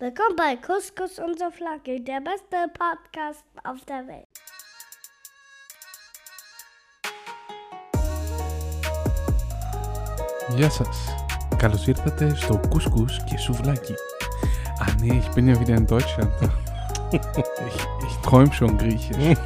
Willkommen bei Couscous und Souvlaki, der beste Podcast auf der Welt. Γεια σας. Καλώς ήρθατε στο Couscous και Souvlaki. Ah nee, ich bin ja wieder in Deutschland. Ich träum schon Griechisch.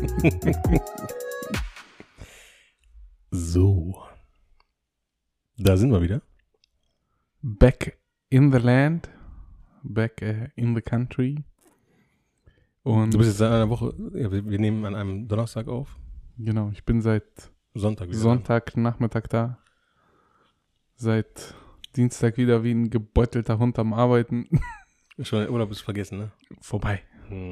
So. Da sind wir wieder. Back in the land. Back in the country. Und Du bist jetzt seit einer Woche, ja, wir nehmen an einem Donnerstag auf. genau, ich bin seit Sonntag wieder. Sonntagnachmittag da. Seit Dienstag wieder wie ein gebeutelter Hund am Arbeiten. Schon der Urlaub ist vergessen, ne? Vorbei.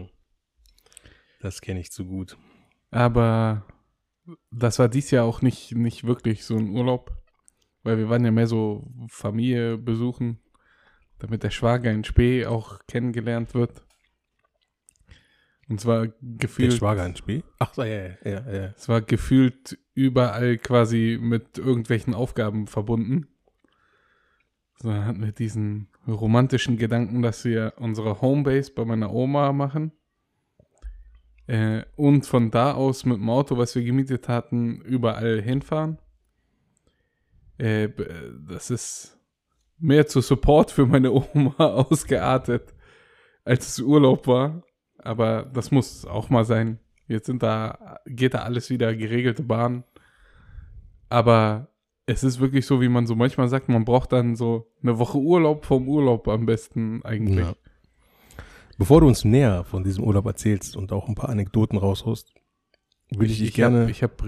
Das kenne ich zu gut. Aber das war dies Jahr auch nicht wirklich so ein Urlaub, weil wir waren ja mehr so Familie besuchen, damit der Schwager in Spee auch kennengelernt wird. Und zwar Der gefühlt, Schwager ins Spiel? Ach so, ja. es war gefühlt überall quasi mit irgendwelchen Aufgaben verbunden. So, dann hatten wir diesen romantischen Gedanken, dass wir unsere Homebase bei meiner Oma machen. Und von da aus mit dem Auto, was wir gemietet hatten, überall hinfahren. Das ist mehr zu Support für meine Oma ausgeartet, als es Urlaub war. Aber das muss auch mal sein. Jetzt geht da alles wieder geregelte Bahn. Aber es ist wirklich so, wie man so manchmal sagt, man braucht dann so eine Woche Urlaub vom Urlaub am besten eigentlich. Ja. Bevor du uns näher von diesem Urlaub erzählst und auch ein paar Anekdoten raushaust, würde ich dich gerne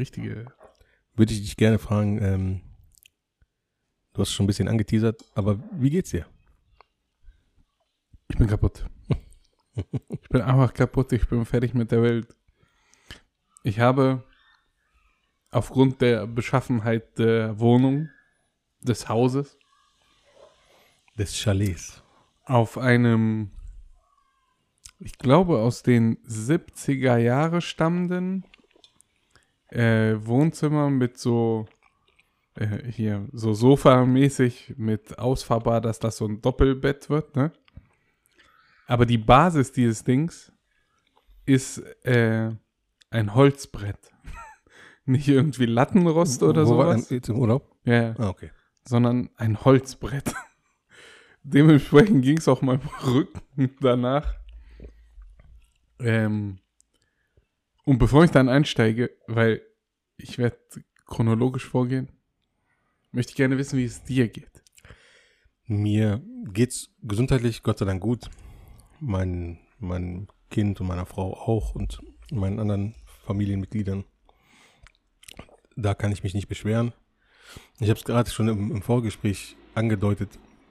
fragen, du hast schon ein bisschen angeteasert, aber wie geht's dir? Ich bin kaputt. Ich bin einfach kaputt. Ich bin fertig mit der Welt. Ich habe aufgrund der Beschaffenheit der Wohnung, des Hauses, Des Chalets. auf einem, ich glaube, aus den 70er Jahre stammenden Wohnzimmer mit so hier so Sofa-mäßig mit ausfahrbar, dass das so ein Doppelbett wird, ne? Aber die Basis dieses Dings ist ein Holzbrett. Nicht irgendwie Lattenrost oder Wo war sowas. jetzt im Urlaub? Ja, Ah, okay. sondern ein Holzbrett. Dementsprechend ging es auch meinem Rücken danach. Und bevor ich dann einsteige, weil ich werde chronologisch vorgehen, möchte ich gerne wissen, wie es dir geht. Mir geht's gesundheitlich Gott sei Dank gut. Mein Kind und meiner Frau auch und meinen anderen Familienmitgliedern. Da kann ich mich nicht beschweren. Ich habe es gerade schon im Vorgespräch angedeutet.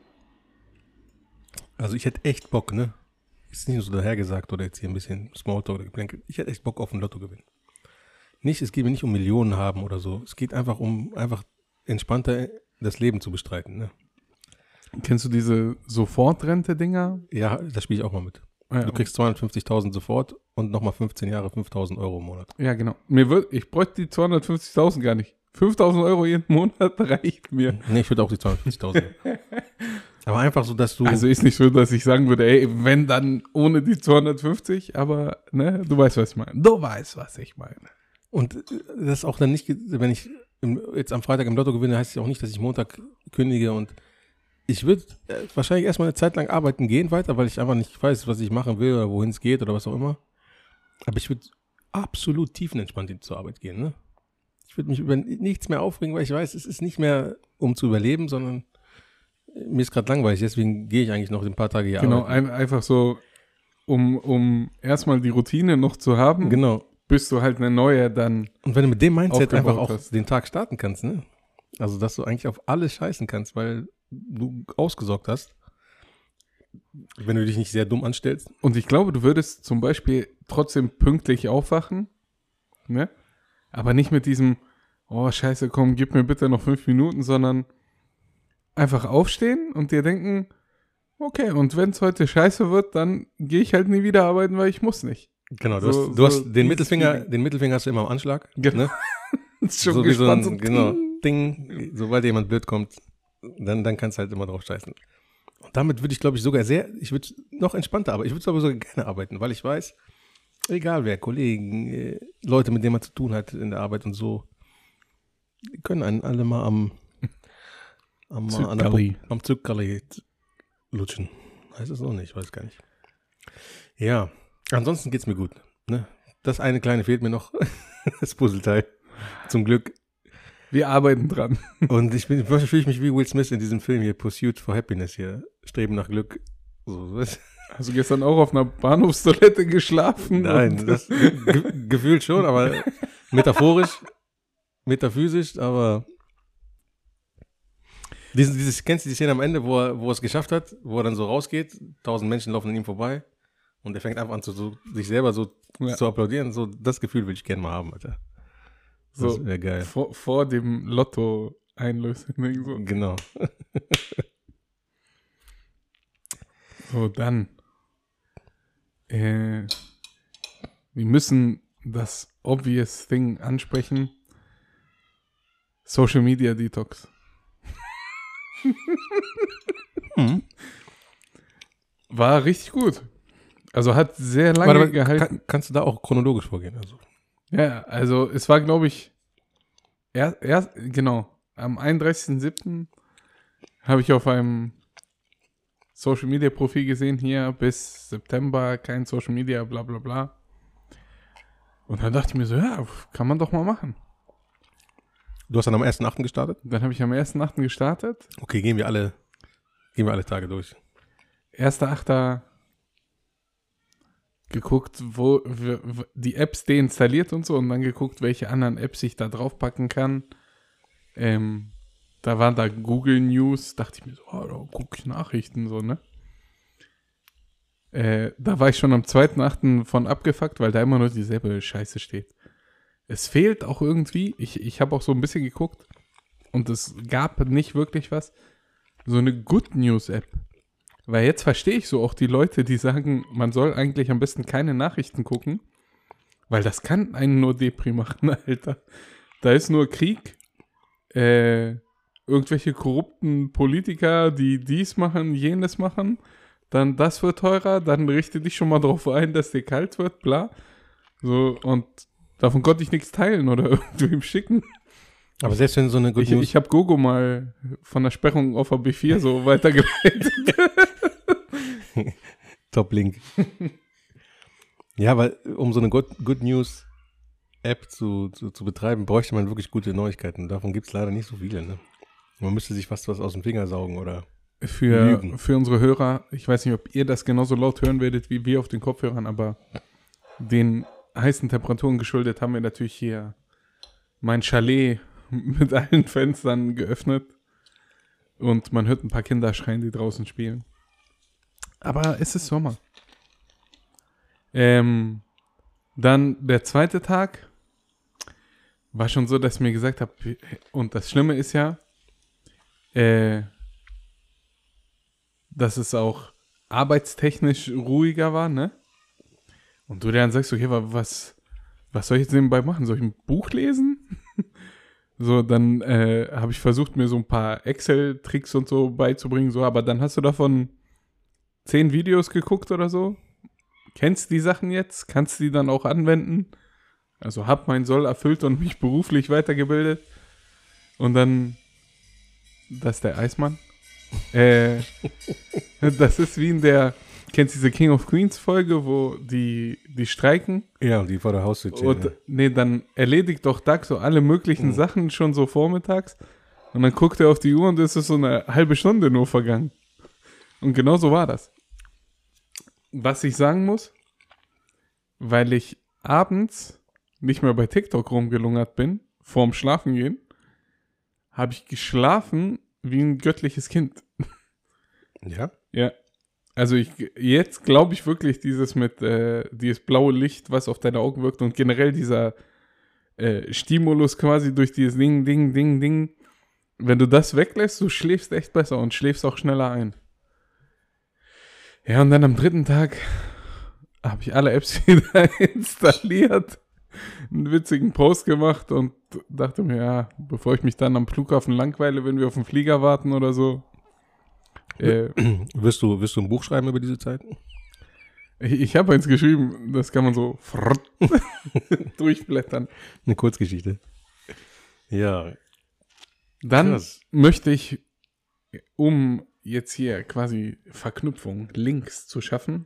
Also ich hätte echt Bock, ne? Ist nicht nur so dahergesagt oder jetzt hier ein bisschen Smalltalk oder Geplänkel. Ich hätte echt Bock auf einen Lottogewinn. Es geht mir nicht um Millionen haben oder so. Es geht einfach um entspannter das Leben zu bestreiten, ne? Kennst du diese Sofortrente-Dinger? Ja, da spiele ich auch mal mit. Ja, Du kriegst 250.000 sofort und nochmal 15 Jahre 5.000 Euro im Monat. ja, genau. Ich bräuchte die 250.000 gar nicht. 5.000 Euro jeden Monat reicht mir. Nee, ich würde auch die 250.000. Aber einfach so, dass du... Also ist nicht so, dass ich sagen würde, ey, wenn dann ohne die 250, aber ne, du weißt, was ich meine. Du weißt, was ich meine. Und das ist auch dann nicht, wenn ich jetzt am Freitag im Lotto gewinne, heißt es ja auch nicht, dass ich Montag kündige und ich würde wahrscheinlich erstmal eine Zeit lang arbeiten gehen weiter, weil ich einfach nicht weiß, was ich machen will oder wohin es geht oder was auch immer. Aber ich würde absolut tiefenentspannt zur Arbeit gehen, ne? Ich würde mich über nichts mehr aufregen, weil ich weiß, es ist nicht mehr um zu überleben, sondern mir ist gerade langweilig, deswegen gehe ich eigentlich noch ein paar Tage hier Genau, arbeiten. einfach so, um erstmal die Routine noch zu haben, Genau. bis du halt eine neue dann. Und wenn du mit dem Mindset aufgebaut einfach auch hast. den Tag starten kannst, ne? Also, dass du eigentlich auf alles scheißen kannst, weil du ausgesorgt hast. Wenn du dich nicht sehr dumm anstellst. Und ich glaube, du würdest zum Beispiel trotzdem pünktlich aufwachen, ne? Aber nicht mit diesem, oh scheiße, komm, gib mir bitte noch 5 Minuten, sondern einfach aufstehen und dir denken, okay, und wenn es heute scheiße wird, dann gehe ich halt nie wieder arbeiten, weil ich muss nicht. Genau, So- du hast so den dieses Mittelfinger hast du immer am Anschlag. Genau. Ne? Ist schon So wie so gespannt. ein, genau, Ding, sobald jemand blöd kommt, dann kannst du halt immer drauf scheißen. Und damit würde ich, glaube ich, ich würde noch entspannter arbeiten. Ich würde sogar gerne arbeiten, weil ich weiß, egal wer, Kollegen, Leute, mit denen man zu tun hat in der Arbeit und so, die können einen alle mal am Zuckerli lutschen. Heißt das noch nicht, weiß gar nicht. Ja, ansonsten geht's mir gut. Ne? Das eine kleine fehlt mir noch, das Puzzleteil. Zum Glück. Wir arbeiten dran. Und fühle ich mich wie Will Smith in diesem Film hier, Pursuit for Happiness hier, Streben nach Glück. So, was? Hast du gestern auch auf einer Bahnhofstoilette geschlafen? Nein, das gefühlt schon, aber metaphysisch, aber kennst du die Szene am Ende, wo er es geschafft hat, wo er dann so rausgeht, 1000 Menschen laufen an ihm vorbei und er fängt einfach an, sich selber so zu applaudieren. So, das Gefühl will ich gerne mal haben, Alter. Das so wäre geil. Vor dem Lotto einlösen. So. Genau. So, dann. Wir müssen das obvious thing ansprechen. Social Media Detox. War richtig gut. Also hat sehr lange gehalten. Kannst du da auch chronologisch vorgehen? Also. Ja, also es war, glaube ich, genau, am 31.07. habe ich auf einem Social Media Profil gesehen, hier bis September kein Social Media, bla bla bla. Und dann dachte ich mir so, ja, kann man doch mal machen. Du hast dann am 1.8. gestartet? Dann habe ich am 1.8. gestartet. Okay, gehen wir alle Tage durch. 1.8. geguckt, wo die Apps deinstalliert und so und dann geguckt, welche anderen Apps ich da draufpacken kann. Da waren da Google News, dachte ich mir so, da gucke ich Nachrichten so, ne? Da war ich schon am 2.8. von abgefuckt, weil da immer nur dieselbe Scheiße steht. Es fehlt auch irgendwie, ich habe auch so ein bisschen geguckt und es gab nicht wirklich was, so eine Good News App. Weil jetzt verstehe ich so auch die Leute, die sagen, man soll eigentlich am besten keine Nachrichten gucken, weil das kann einen nur Depri machen, Alter. Da ist nur Krieg, irgendwelche korrupten Politiker, die dies machen, jenes machen, dann das wird teurer, dann richte dich schon mal drauf ein, dass dir kalt wird, bla. So, und davon konnte ich nichts teilen oder irgendwem schicken. Aber selbst wenn so eine Good News... Ich habe Gogo mal von der Sperrung auf der B4 so weitergeleitet. Top-Link. Ja, weil um so eine Good News App zu betreiben, bräuchte man wirklich gute Neuigkeiten. Davon gibt es leider nicht so viele. Ne? Man müsste sich fast was aus dem Finger saugen oder lügen. Für unsere Hörer, ich weiß nicht, ob ihr das genauso laut hören werdet wie wir auf den Kopfhörern, aber den heißen Temperaturen geschuldet haben wir natürlich hier mein Chalet mit allen Fenstern geöffnet und man hört ein paar Kinder schreien, die draußen spielen. Aber es ist Sommer. Dann der zweite Tag war schon so, dass ich mir gesagt habe, und das Schlimme ist ja, dass es auch arbeitstechnisch ruhiger war, ne? Und du dann sagst, okay, was soll ich jetzt nebenbei machen? Soll ich ein Buch lesen? So, dann habe ich versucht, mir so ein paar Excel-Tricks und so beizubringen, so, aber dann hast du davon 10 Videos geguckt oder so, kennst die Sachen jetzt, kannst die dann auch anwenden, also hab mein Soll erfüllt und mich beruflich weitergebildet und dann, das ist der Eismann, das ist wie in der, kennst du diese King of Queens Folge, wo die streiken? Ja, die vor der Haustür stehen. Und nee, dann erledigt doch Doug so alle möglichen Sachen schon so vormittags und dann guckt er auf die Uhr und es ist so eine halbe Stunde nur vergangen. Und genau so war das. Was ich sagen muss, weil ich abends nicht mehr bei TikTok rumgelungert bin, vorm Schlafengehen, habe ich geschlafen wie ein göttliches Kind. Ja? Ja. Also jetzt glaube ich wirklich dieses blaue Licht, was auf deine Augen wirkt und generell dieser Stimulus quasi durch dieses Ding. Wenn du das weglässt, du schläfst echt besser und schläfst auch schneller ein. Ja, und dann am 3. Tag habe ich alle Apps wieder installiert, einen witzigen Post gemacht und dachte mir, ja, bevor ich mich dann am Flughafen langweile, wenn wir auf den Flieger warten oder so, Wirst du ein Buch schreiben über diese Zeit? Ich habe eins geschrieben, das kann man so durchblättern. Eine Kurzgeschichte. Ja. Dann Krass. möchte ich, um jetzt hier quasi Verknüpfung, Links zu schaffen,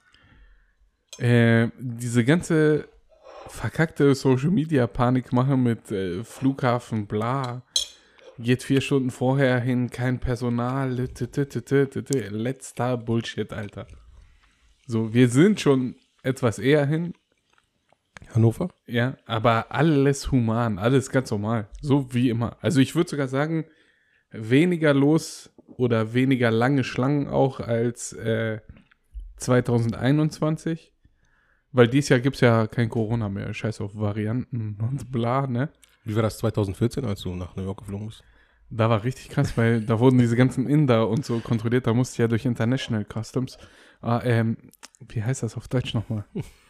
diese ganze verkackte Social-Media-Panik machen mit Flughafen, bla, geht 4 Stunden vorher hin, kein Personal, letzter Bullshit, Alter. So, wir sind schon etwas eher hin, Hannover? ja, aber alles human, alles ganz normal, so wie immer. Also ich würde sogar sagen, weniger los oder weniger lange Schlangen auch als 2021, weil dieses Jahr gibt es ja kein Corona mehr, scheiß auf Varianten und bla, ne? Wie war das 2014, als du nach New York geflogen bist? Da war richtig krass, weil da wurden diese ganzen Inder und so kontrolliert, da musste ich ja durch International Customs, wie heißt das auf Deutsch nochmal?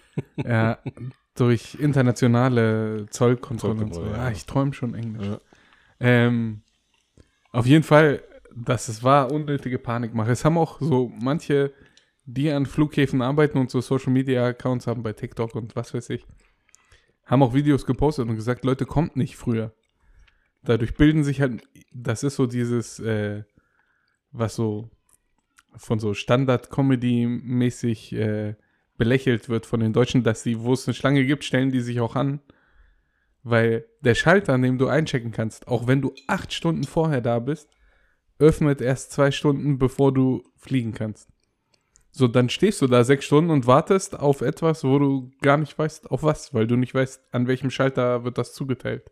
Durch internationale Zollkontrolle und so. Zollkontrolle, Ja, ja. ich träume schon Englisch. Ja. Auf jeden Fall, es war unnötige Panikmache. Es haben auch so manche, die an Flughäfen arbeiten und so Social Media Accounts haben bei TikTok und was weiß ich, haben auch Videos gepostet und gesagt, Leute, kommt nicht früher. Dadurch bilden sich halt, das ist so dieses, was so von so Standard-Comedy-mäßig belächelt wird von den Deutschen, dass sie, wo es eine Schlange gibt, stellen die sich auch an. Weil der Schalter, an dem du einchecken kannst, auch wenn du 8 Stunden vorher da bist, öffnet erst 2 Stunden, bevor du fliegen kannst. So, dann stehst du da 6 Stunden und wartest auf etwas, wo du gar nicht weißt, auf was, weil du nicht weißt, an welchem Schalter wird das zugeteilt.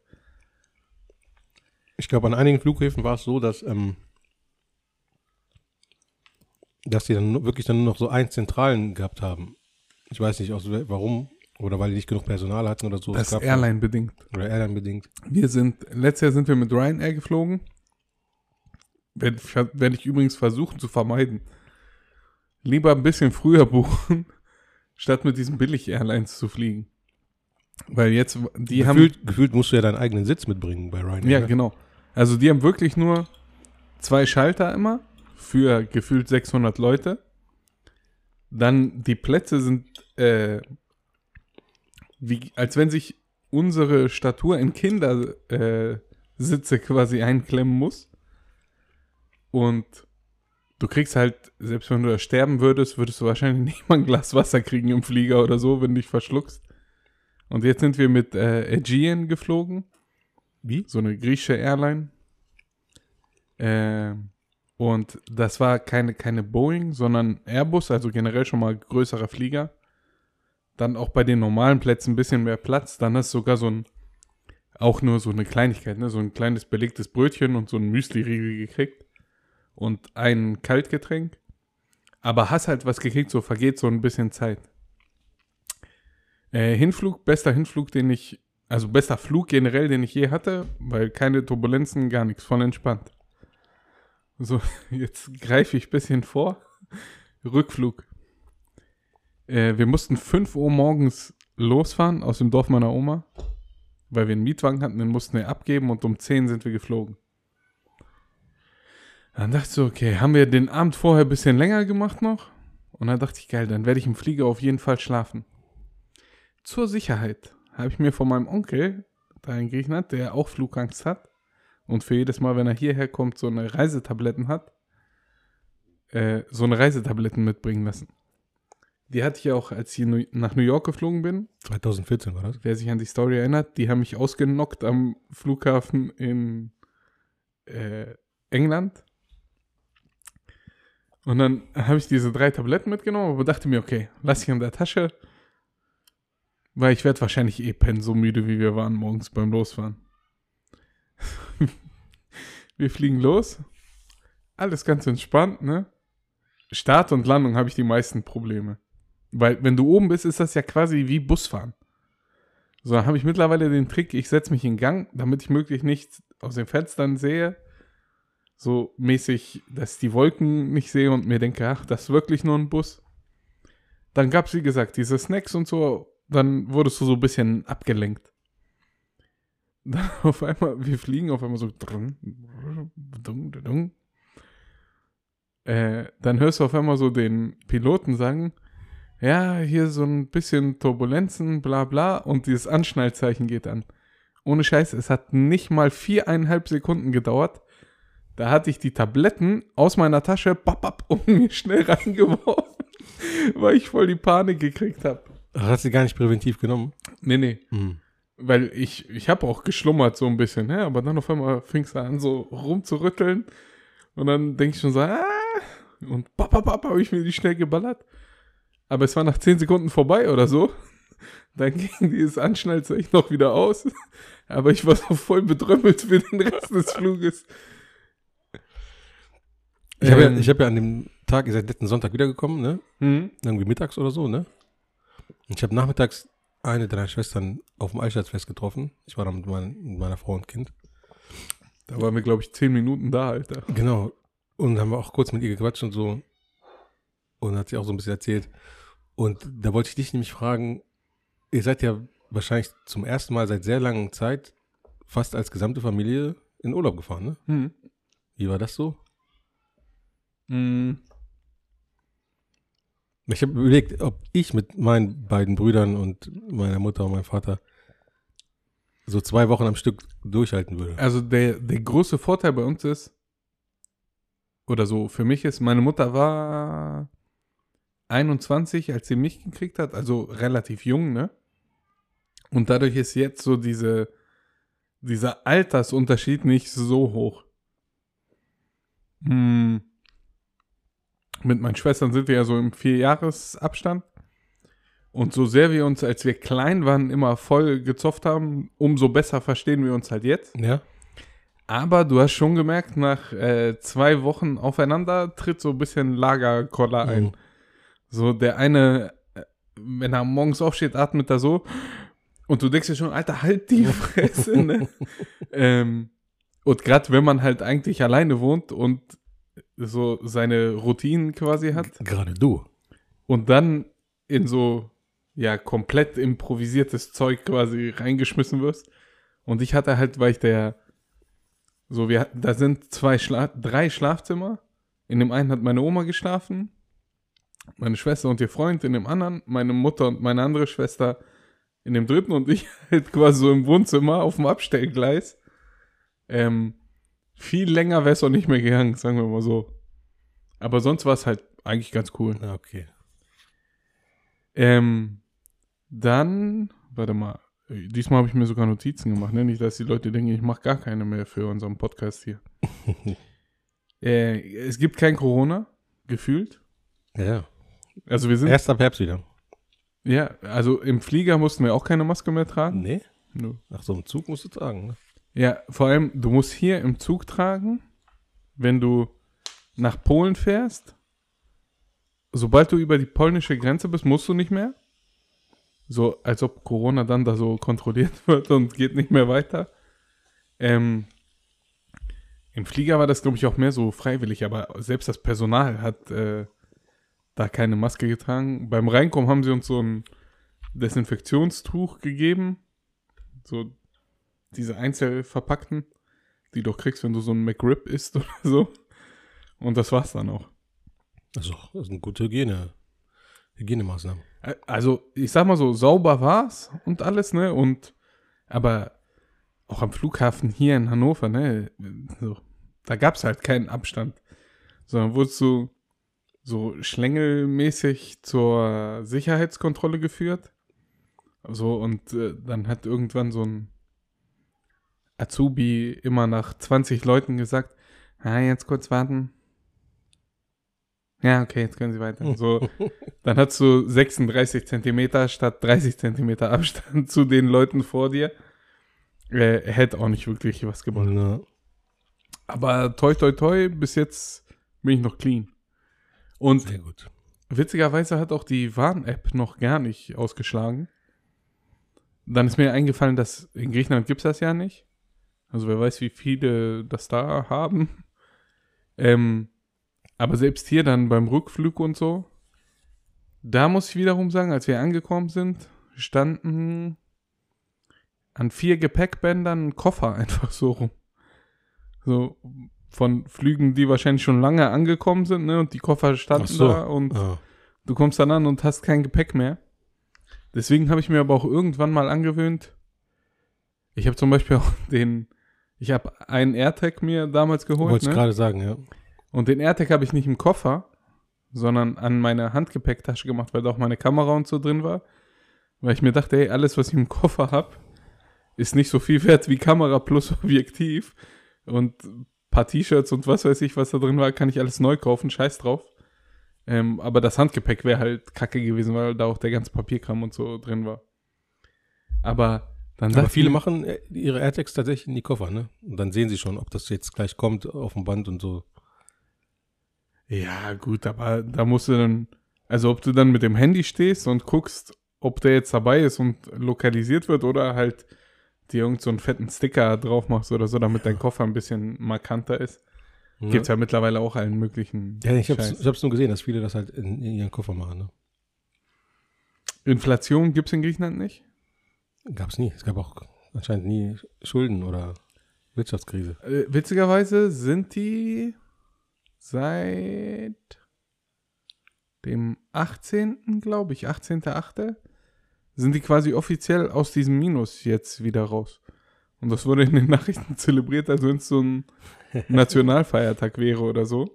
Ich glaube, an einigen Flughäfen war es so, dass die dann wirklich dann nur noch so einen Zentralen gehabt haben. Ich weiß nicht, warum. Oder weil die nicht genug Personal hatten oder so. Das ist Airline-bedingt. Oder Airline-bedingt. Letztes Jahr sind wir mit Ryanair geflogen. Werde ich übrigens versuchen zu vermeiden. Lieber ein bisschen früher buchen, statt mit diesen Billig-Airlines zu fliegen. Weil jetzt, Gefühlt musst du ja deinen eigenen Sitz mitbringen bei Ryanair. Ja, ne? genau. Also die haben wirklich nur 2 Schalter immer für gefühlt 600 Leute. Dann die Plätze sind als wenn sich unsere Statur in Kindersitze quasi einklemmen muss. Und du kriegst halt, selbst wenn du da sterben würdest du wahrscheinlich nicht mal ein Glas Wasser kriegen im Flieger oder so, wenn du dich verschluckst. Und jetzt sind wir mit Aegean geflogen. Wie? So eine griechische Airline. Und das war keine Boeing, sondern Airbus, also generell schon mal größerer Flieger. Dann auch bei den normalen Plätzen ein bisschen mehr Platz. Dann hast du sogar auch nur so eine Kleinigkeit, ne? So ein kleines belegtes Brötchen und so ein Müsli-Riegel gekriegt. Und ein Kaltgetränk. Aber hast halt was gekriegt, so vergeht so ein bisschen Zeit. Bester Flug generell, den ich je hatte, weil keine Turbulenzen, gar nichts, voll entspannt. So, jetzt greife ich ein bisschen vor. Rückflug. Wir mussten 5 Uhr morgens losfahren aus dem Dorf meiner Oma, weil wir einen Mietwagen hatten, den mussten wir abgeben und um 10 sind wir geflogen. Dann dachte ich so, okay, haben wir den Abend vorher ein bisschen länger gemacht noch? Und dann dachte ich, geil, dann werde ich im Flieger auf jeden Fall schlafen. Zur Sicherheit habe ich mir von meinem Onkel, da in Griechenland, der auch Flugangst hat und für jedes Mal, wenn er hierher kommt, so eine Reisetabletten hat, so eine Reisetabletten mitbringen lassen. Die hatte ich auch, als ich nach New York geflogen bin. 2014 war das. Wer sich an die Story erinnert, die haben mich ausgenockt am Flughafen in England. Und dann habe ich diese 3 Tabletten mitgenommen, aber dachte mir, okay, lass ich in der Tasche, weil ich werde wahrscheinlich pennen, so müde wie wir waren morgens beim Losfahren. Wir fliegen los, alles ganz entspannt, ne? Start und Landung habe ich die meisten Probleme. Weil wenn du oben bist, ist das ja quasi wie Busfahren. So, dann habe ich mittlerweile den Trick, ich setze mich in Gang, damit ich möglichst nichts aus den Fenstern sehe. So mäßig, dass ich die Wolken nicht sehe und mir denke, ach, das ist wirklich nur ein Bus. Dann gab es, wie gesagt, diese Snacks und so, dann wurdest du so ein bisschen abgelenkt. Dann auf einmal, wir fliegen auf einmal so. dann hörst du auf einmal so den Piloten sagen, ja, hier so ein bisschen Turbulenzen, bla bla, und dieses Anschnallzeichen geht an. Ohne Scheiß, es hat nicht mal 4,5 Sekunden gedauert. Da hatte ich die Tabletten aus meiner Tasche, und mir schnell reingeworfen, weil ich voll die Panik gekriegt habe. Hast du gar nicht präventiv genommen? Nee. Weil ich habe auch geschlummert so ein bisschen, ne? Aber dann auf einmal fing es an, so rumzurütteln. Und dann denke ich schon so, und habe ich mir die schnell geballert. Aber es war nach 10 Sekunden vorbei oder so. Dann ging dieses Anschnallzeichen noch wieder aus. Aber ich war so voll bedrömmelt für den Rest des Fluges. Ich hab ja an dem Tag, ihr seid letzten Sonntag wiedergekommen, ne? Irgendwie mittags oder so, ne? Und ich habe nachmittags eine deiner Schwestern auf dem Eichstättfest getroffen. Ich war da mit meiner Frau und Kind. Da waren wir, glaube ich, 10 Minuten da, Alter. Genau. Und haben wir auch kurz mit ihr gequatscht und so. Und hat sie auch so ein bisschen erzählt. Und da wollte ich dich nämlich fragen, ihr seid ja wahrscheinlich zum ersten Mal seit sehr langer Zeit fast als gesamte Familie in Urlaub gefahren, ne? Wie war das so? Ich habe überlegt, ob ich mit meinen beiden Brüdern und meiner Mutter und meinem Vater so 2 Wochen am Stück durchhalten würde. Also der große Vorteil bei uns ist, oder so für mich ist, meine Mutter war 21, als sie mich gekriegt hat, also relativ jung, ne? Und dadurch ist jetzt so dieser Altersunterschied nicht so hoch. Mit meinen Schwestern sind wir ja so im 4-Jahres-Abstand. Und so sehr wir uns, als wir klein waren, immer voll gezofft haben, umso besser verstehen wir uns halt jetzt. Ja. Aber du hast schon gemerkt, nach 2 Wochen aufeinander tritt so ein bisschen Lagerkoller ein. So der eine, wenn er morgens aufsteht, atmet er so. Und du denkst dir schon, Alter, halt die Fresse, ne? Und gerade wenn man halt eigentlich alleine wohnt und so seine Routinen quasi hat. Gerade du. Und dann in so, ja, komplett improvisiertes Zeug quasi reingeschmissen wirst. Und ich hatte halt, weil ich da sind 3 Schlafzimmer. In dem einen hat meine Oma geschlafen, meine Schwester und ihr Freund in dem anderen, meine Mutter und meine andere Schwester in dem dritten und ich halt quasi so im Wohnzimmer auf dem Abstellgleis. Viel länger wäre es auch nicht mehr gegangen, sagen wir mal so. Aber sonst war es halt eigentlich ganz cool. Ja, okay. Dann, warte mal, diesmal habe ich mir sogar Notizen gemacht, ne? Nicht, dass die Leute denken, ich mache gar keine mehr für unseren Podcast hier. Es gibt kein Corona, gefühlt. Ja. Also wir sind... Erst ab Herbst wieder. Ja, also im Flieger mussten wir auch keine Maske mehr tragen. Nee? No. Ach so, im Zug musst du tragen, ne? Ja, vor allem, du musst hier im Zug tragen, wenn du nach Polen fährst. Sobald du über die polnische Grenze bist, musst du nicht mehr. So, als ob Corona dann da so kontrolliert wird und geht nicht mehr weiter. Im Flieger war das, glaube ich, auch mehr so freiwillig, aber selbst das Personal hat da keine Maske getragen. Beim Reinkommen haben sie uns so ein Desinfektionstuch gegeben. So diese einzelverpackten, die du kriegst, wenn du so ein McRib isst oder so. Und das war's dann auch. Also, das sind gute Hygienemaßnahmen. Also, ich sag mal so, sauber war's und alles, ne? Aber auch am Flughafen hier in Hannover, ne? So, da gab's halt keinen Abstand. Sondern wurdest du so schlängelmäßig zur Sicherheitskontrolle geführt. So, und dann hat irgendwann so ein Azubi immer nach 20 Leuten gesagt, jetzt kurz warten. Ja, okay, jetzt können Sie weiter. So, dann hast du 36 Zentimeter statt 30 Zentimeter Abstand zu den Leuten vor dir. Hätte auch nicht wirklich was gebracht. Ja. Aber toi, toi, toi, bis jetzt bin ich noch clean. Und Sehr gut. witzigerweise hat auch die Warn-App noch gar nicht ausgeschlagen. Dann ist mir eingefallen, dass in Griechenland gibt es das ja nicht. Also wer weiß, wie viele das da haben. Aber selbst hier dann beim Rückflug und so, da muss ich wiederum sagen, als wir angekommen sind, standen an 4 Gepäckbändern ein Koffer einfach so rum. So, von Flügen, die wahrscheinlich schon lange angekommen sind, ne? Und die Koffer standen da und du kommst dann an und hast kein Gepäck mehr. Deswegen habe ich mir aber auch irgendwann mal angewöhnt. Ich habe zum Beispiel auch ich habe einen AirTag mir damals geholt. Wollte ich gerade sagen, ja. Und den AirTag habe ich nicht im Koffer, sondern an meine Handgepäcktasche gemacht, weil da auch meine Kamera und so drin war. Weil ich mir dachte, ey, alles, was ich im Koffer habe, ist nicht so viel wert wie Kamera plus Objektiv. Und ein paar T-Shirts und was weiß ich, was da drin war, kann ich alles neu kaufen, scheiß drauf. Aber das Handgepäck wäre halt kacke gewesen, weil da auch der ganze Papierkram und so drin war. Aber viele machen ihre AirTags tatsächlich in die Koffer, ne? Und dann sehen sie schon, ob das jetzt gleich kommt auf dem Band und so. Ja, gut, aber da musst du dann, also ob du dann mit dem Handy stehst und guckst, ob der jetzt dabei ist und lokalisiert wird oder halt dir irgend so einen fetten Sticker drauf machst oder so, damit dein Koffer ein bisschen markanter ist. Ja. Gibt's ja mittlerweile auch allen möglichen Ja, ich Scheiß. hab's nur gesehen, dass viele das halt in ihren Koffer machen, ne? Inflation gibt's in Griechenland nicht? Gab's nie. Es gab auch anscheinend nie Schulden oder Wirtschaftskrise. Witzigerweise sind die seit dem 18., glaube ich, 18.8., sind die quasi offiziell aus diesem Minus jetzt wieder raus. Und das wurde in den Nachrichten zelebriert, als wenn es so ein Nationalfeiertag wäre oder so.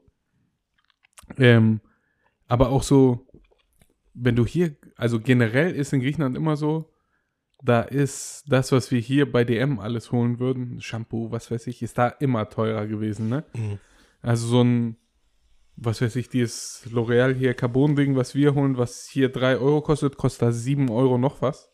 Aber auch so, wenn du hier, also generell ist in Griechenland immer so, da ist das, was wir hier bei DM alles holen würden, Shampoo, was weiß ich, ist da immer teurer gewesen, ne? Mhm. Also so ein, was weiß ich, dieses L'Oreal hier Carbon-Ding, was wir holen, was hier 3 Euro kostet, kostet da 7 Euro noch was.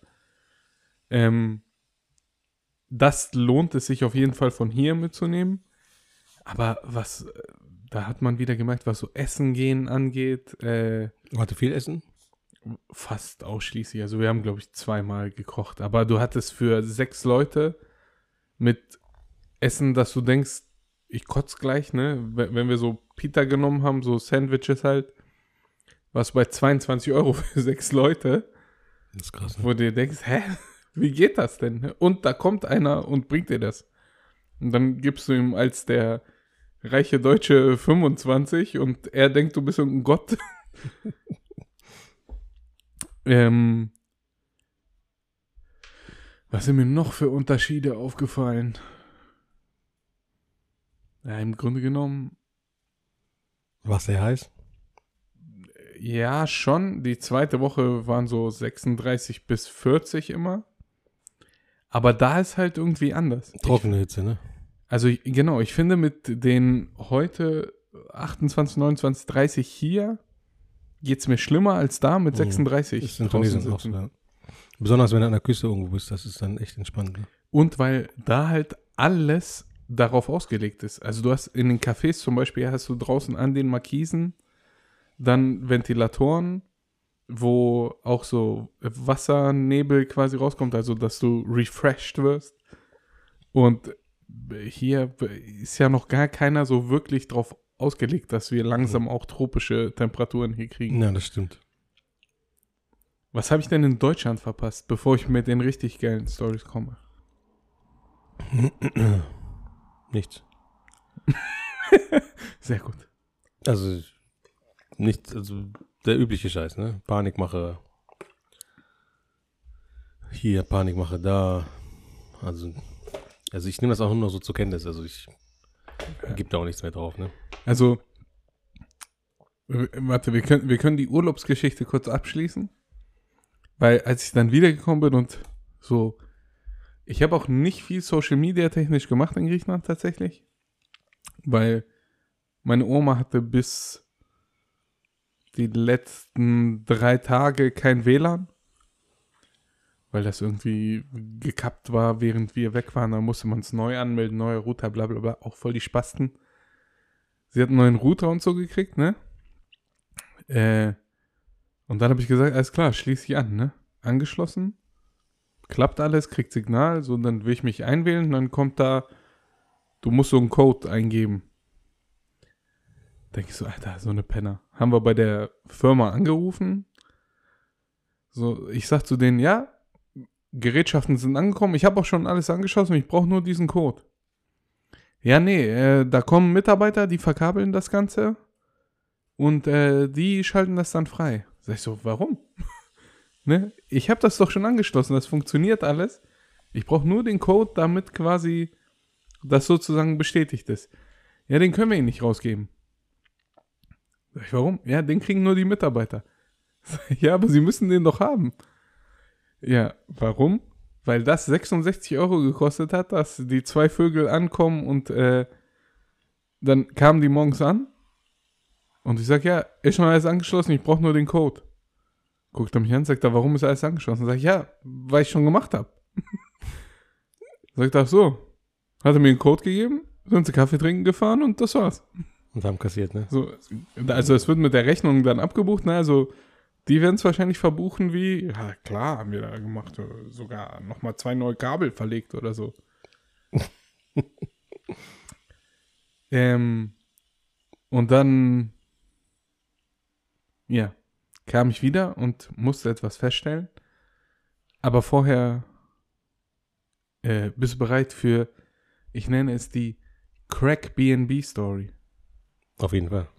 Das lohnt es sich auf jeden Fall von hier mitzunehmen. Aber da hat man wieder gemerkt, was so Essen gehen angeht. Hatte viel Essen? Fast ausschließlich. Also wir haben, glaube ich, 2-mal gekocht. Aber du hattest für 6 Leute mit Essen, dass du denkst, ich kotze gleich, ne? Wenn wir so Pita genommen haben, so Sandwiches halt, warst du bei 22 Euro für 6 Leute. Das ist krass, ne? Wo du dir denkst, hä? Wie geht das denn? Und da kommt einer und bringt dir das. Und dann gibst du ihm als der reiche Deutsche 25 und er denkt, du bist ein Gott. Was sind mir noch für Unterschiede aufgefallen? Ja, im Grunde genommen. War sehr heiß? Ja, schon. Die zweite Woche waren so 36 bis 40 immer. Aber da ist halt irgendwie anders. Trockene Hitze, ne? Also genau, ich finde mit den heute 28, 29, 30 hier geht es mir schlimmer als da mit 36. Ist in Tunesien auch so, ja. Besonders wenn du an der Küste irgendwo bist, das ist dann echt entspannt. Ne? Und weil da halt alles darauf ausgelegt ist. Also du hast in den Cafés zum Beispiel, hast du draußen an den Markisen dann Ventilatoren, wo auch so Wassernebel quasi rauskommt, also dass du refreshed wirst. Und hier ist ja noch gar keiner so wirklich drauf ausgelegt, dass wir langsam auch tropische Temperaturen hier kriegen. Ja, das stimmt. Was habe ich denn in Deutschland verpasst, bevor ich mit den richtig geilen Storys komme? Nichts. Sehr gut. Also nichts, also der übliche Scheiß, ne? Panikmache hier, Panikmache da. Also ich nehme das auch nur noch so zur Kenntnis. Also ich gebe da auch nichts mehr drauf, ne? Also, warte, wir können die Urlaubsgeschichte kurz abschließen. Weil als ich dann wiedergekommen bin und so, ich habe auch nicht viel Social Media technisch gemacht in Griechenland tatsächlich. Weil meine Oma hatte bis die letzten 3 Tage kein WLAN. Weil das irgendwie gekappt war, während wir weg waren. Da musste man es neu anmelden, neuer Router, bla bla bla. Auch voll die Spasten. Sie hat einen neuen Router und so gekriegt, ne? Und dann habe ich gesagt, alles klar, schließe ich an, ne? Angeschlossen. Klappt alles, kriegt Signal. So, dann will ich mich einwählen. Dann kommt da, du musst so einen Code eingeben. Denke ich so, Alter, so eine Penner. Haben wir bei der Firma angerufen. So, ich sag zu denen, ja, Gerätschaften sind angekommen. Ich habe auch schon alles angeschossen. Ich brauche nur diesen Code. Ja, nee, da kommen Mitarbeiter, die verkabeln das Ganze und die schalten das dann frei. Sag ich so, warum? Ne? Ich habe das doch schon angeschlossen, das funktioniert alles. Ich brauche nur den Code, damit quasi das sozusagen bestätigt ist. Ja, den können wir Ihnen nicht rausgeben. Sag ich, warum? Ja, den kriegen nur die Mitarbeiter. Sag ich, ja, aber Sie müssen den doch haben. Ja, warum? Weil das 66 Euro gekostet hat, dass die 2 Vögel ankommen und dann kamen die morgens an und ich sag, ja, ist schon alles angeschlossen, ich brauche nur den Code. Guckt er mich an, sagt er, warum ist alles angeschlossen? Sag ich, ja, weil ich schon gemacht habe. Sagt er, ach so. Hat er mir einen Code gegeben, sind sie Kaffee trinken gefahren und das war's. Und haben kassiert, ne? So, also es wird mit der Rechnung dann abgebucht, ne? Also die werden es wahrscheinlich verbuchen wie, ja klar, haben wir da gemacht, sogar nochmal 2 neue Kabel verlegt oder so. Und dann, ja, kam ich wieder und musste etwas feststellen. Aber vorher bist du bereit für, ich nenne es die Crack B&B Story. Auf jeden Fall.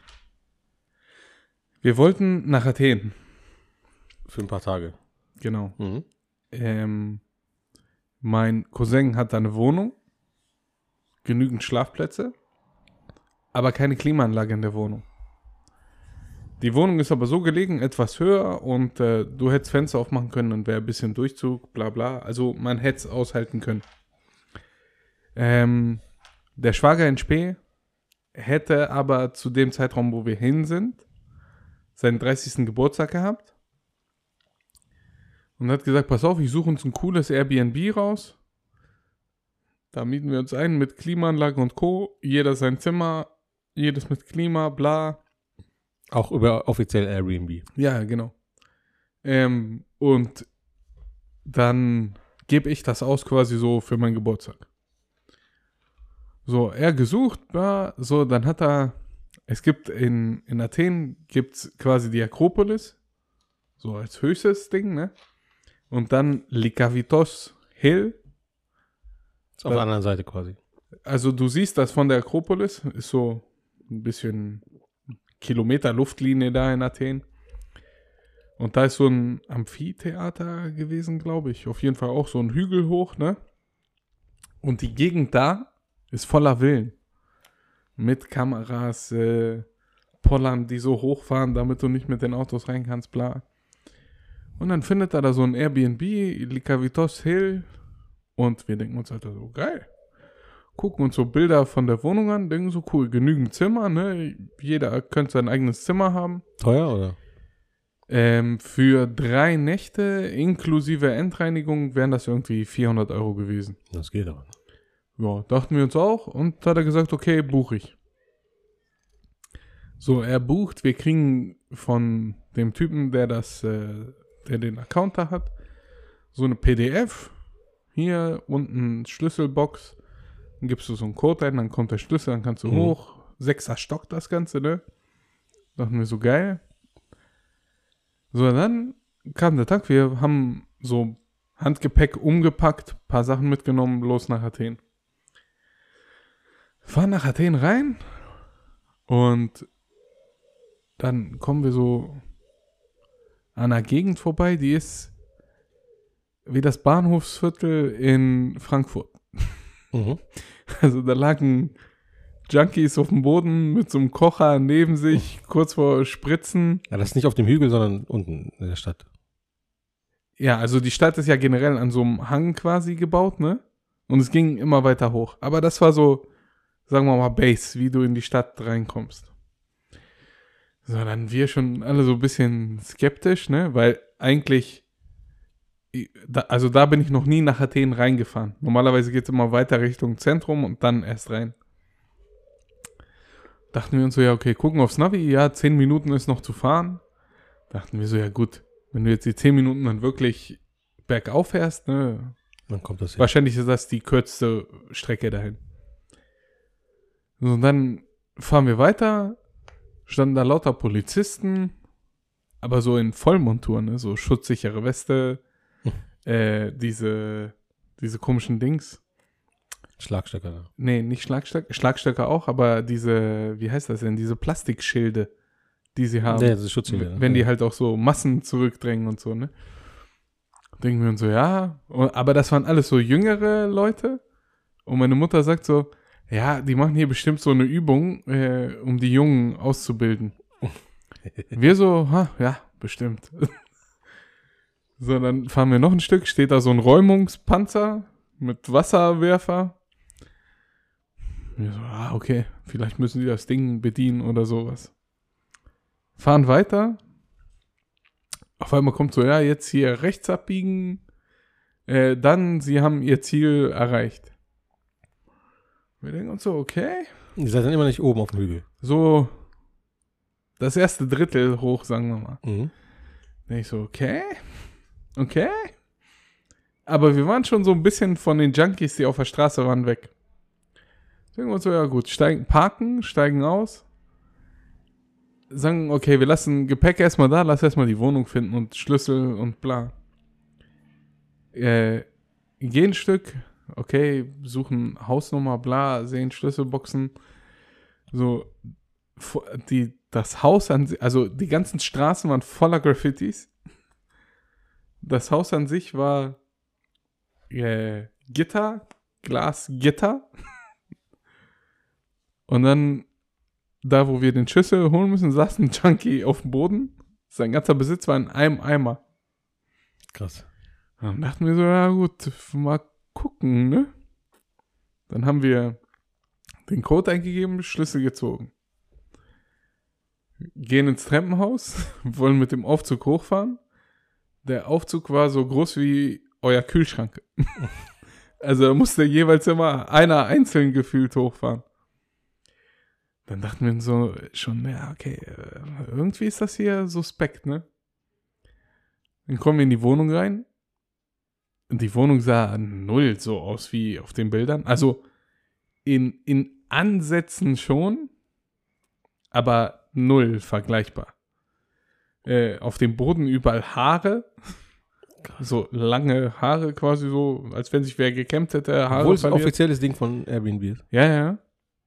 Wir wollten nach Athen. Für ein paar Tage. Genau. Mhm. Mein Cousin hat da eine Wohnung, genügend Schlafplätze, aber keine Klimaanlage in der Wohnung. Die Wohnung ist aber so gelegen, etwas höher und du hättest Fenster aufmachen können und wäre ein bisschen Durchzug, bla bla. Also man hätte es aushalten können. Der Schwager in Spee hätte aber zu dem Zeitraum, wo wir hin sind, seinen 30. Geburtstag gehabt und hat gesagt, pass auf, ich suche uns ein cooles Airbnb raus. Da mieten wir uns ein mit Klimaanlage und Co. Jeder sein Zimmer, jedes mit Klima, bla. Auch über offiziell Airbnb. Ja, genau. Und dann gebe ich das aus quasi so für meinen Geburtstag. So, er gesucht, bla, so, dann hat er, es gibt in Athen gibt's quasi die Akropolis, so als höchstes Ding, ne? Und dann Likavitos Hill. Ist auf der anderen Seite quasi. Also du siehst das von der Akropolis, ist so ein bisschen Kilometer Luftlinie da in Athen. Und da ist so ein Amphitheater gewesen, glaube ich. Auf jeden Fall auch so ein Hügel hoch, ne? Und die Gegend da ist voller Villen. Mit Kameras, Pollern, die so hochfahren, damit du nicht mit den Autos rein kannst, bla. Und dann findet er da so ein Airbnb, Likavitos Hill. Und wir denken uns halt so, geil. Gucken uns so Bilder von der Wohnung an, denken so, cool, genügend Zimmer, ne? Jeder könnte sein eigenes Zimmer haben. Teuer, oder? Für 3 Nächte inklusive Endreinigung wären das irgendwie 400 Euro gewesen. Das geht aber. Ja, dachten wir uns auch. Und hat er gesagt, okay, buche ich. So, er bucht. Wir kriegen von dem Typen, der den Account da hat, so eine PDF. Hier unten Schlüsselbox. Dann gibst du so einen Code ein, dann kommt der Schlüssel, dann kannst du hoch. 6er Stock das Ganze, ne? Dachten wir so, geil. So, dann kam der Tag, wir haben so Handgepäck umgepackt, paar Sachen mitgenommen, los nach Athen. Fahren nach Athen rein und dann kommen wir so an einer Gegend vorbei, die ist wie das Bahnhofsviertel in Frankfurt. Mhm. Also da lagen Junkies auf dem Boden mit so einem Kocher neben sich, kurz vor Spritzen. Ja, das ist nicht auf dem Hügel, sondern unten in der Stadt. Ja, also die Stadt ist ja generell an so einem Hang quasi gebaut, ne? Und es ging immer weiter hoch. Aber das war so, sagen wir mal, Base, wie du in die Stadt reinkommst. So, dann wir schon alle so ein bisschen skeptisch, ne? Weil eigentlich, da bin ich noch nie nach Athen reingefahren. Normalerweise geht es immer weiter Richtung Zentrum und dann erst rein. Dachten wir uns so, ja, okay, gucken aufs Navi, ja, 10 Minuten ist noch zu fahren. Dachten wir so, ja gut, wenn du jetzt die 10 Minuten dann wirklich bergauf fährst, ne, Dann kommt das hin. wahrscheinlich ist das die kürzeste Strecke dahin. So, und dann fahren wir weiter, standen da lauter Polizisten, aber so in Vollmontur, ne, so schutzsichere Weste, diese komischen Dings. Schlagstöcker. Nee, nicht Schlagstöcker auch, aber diese, wie heißt das denn, diese Plastikschilde, die sie haben. Ja, das ist Schutzschilde. Wenn die halt auch so Massen zurückdrängen und so, ne? Denken wir uns so, ja, aber das waren alles so jüngere Leute und meine Mutter sagt so, ja, die machen hier bestimmt so eine Übung, um die Jungen auszubilden. Wir so, ja, bestimmt. So, dann fahren wir noch ein Stück, steht da so ein Räumungspanzer mit Wasserwerfer. Wir so, okay, vielleicht müssen die das Ding bedienen oder sowas. Fahren weiter. Auf einmal kommt so, ja, jetzt hier rechts abbiegen. Dann, sie haben ihr Ziel erreicht. Wir denken uns so, okay. Ihr seid dann immer nicht oben auf dem Hügel. So das erste Drittel hoch, sagen wir mal. Mhm. Denke ich so, okay. Aber wir waren schon so ein bisschen von den Junkies, die auf der Straße waren, weg. Denken wir uns so, ja gut, parken, steigen aus. Sagen, okay, wir lassen Gepäck erstmal da, lass erstmal die Wohnung finden und Schlüssel und bla. Gehen ein Stück, okay, suchen Hausnummer, bla, sehen Schlüsselboxen. So, das Haus an sich, also die ganzen Straßen waren voller Graffitis. Das Haus an sich war Gitter, Glasgitter. Und dann, da wo wir den Schlüssel holen müssen, saß ein Junkie auf dem Boden. Sein ganzer Besitz war in einem Eimer. Krass. Dann dachten wir so, ja gut, mal gucken, ne? Dann haben wir den Code eingegeben, Schlüssel gezogen. Gehen ins Treppenhaus, wollen mit dem Aufzug hochfahren. Der Aufzug war so groß wie euer Kühlschrank. Also da musste jeweils immer einer einzeln gefühlt hochfahren. Dann dachten wir uns so schon, ja okay, irgendwie ist das hier suspekt, ne? Dann kommen wir in die Wohnung rein. Und die Wohnung sah null so aus wie auf den Bildern. Also in Ansätzen schon, aber null vergleichbar. Auf dem Boden überall Haare. So lange Haare quasi so, als wenn sich wer gekämmt hätte. Haare Obwohl es ein verliert. offizielles Ding von Airbnb ist. Ja.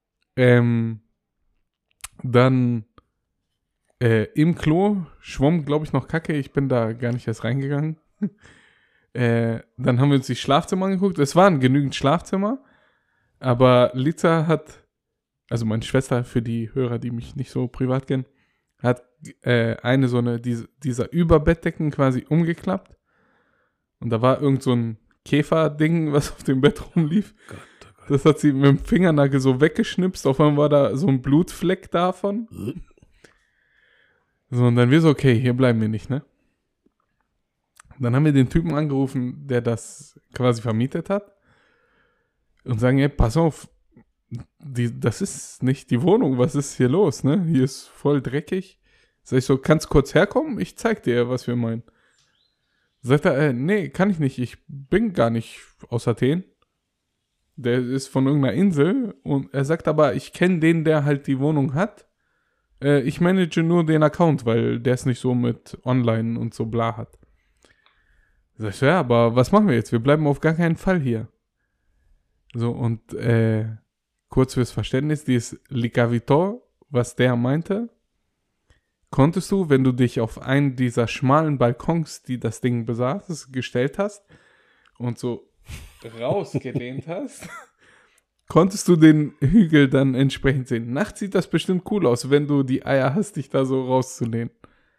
Dann im Klo schwamm, glaube ich, noch Kacke. Ich bin da gar nicht erst reingegangen. Dann haben wir uns die Schlafzimmer angeguckt. Es waren genügend Schlafzimmer. Aber Liza hat, also meine Schwester, für die Hörer, die mich nicht so privat kennen, hat dieser Überbettdecken quasi umgeklappt. Und da war irgend so ein Käferding, was auf dem Bett rumlief. Gott. Das hat sie mit dem Fingernagel so weggeschnipst. Auf einmal war da so ein Blutfleck davon. So, und dann wir so, okay, hier bleiben wir nicht, ne? Dann haben wir den Typen angerufen, der das quasi vermietet hat. Und sagen, ey, pass auf, das ist nicht die Wohnung, was ist hier los, ne? Hier ist voll dreckig. Sag ich so, kannst kurz herkommen? Ich zeig dir, was wir meinen. Sagt er, nee, kann ich nicht, ich bin gar nicht aus Athen. Der ist von irgendeiner Insel und er sagt aber, ich kenne den, der halt die Wohnung hat. Ich manage nur den Account, weil der es nicht so mit Online und so bla hat. Sag ich, ja, aber was machen wir jetzt? Wir bleiben auf gar keinen Fall hier. So, und kurz fürs Verständnis, dieses Licavito, was der meinte, konntest du, wenn du dich auf einen dieser schmalen Balkons, die das Ding besaß, gestellt hast und so rausgelehnt hast, konntest du den Hügel dann entsprechend sehen. Nachts sieht das bestimmt cool aus, wenn du die Eier hast, dich da so rauszulehnen.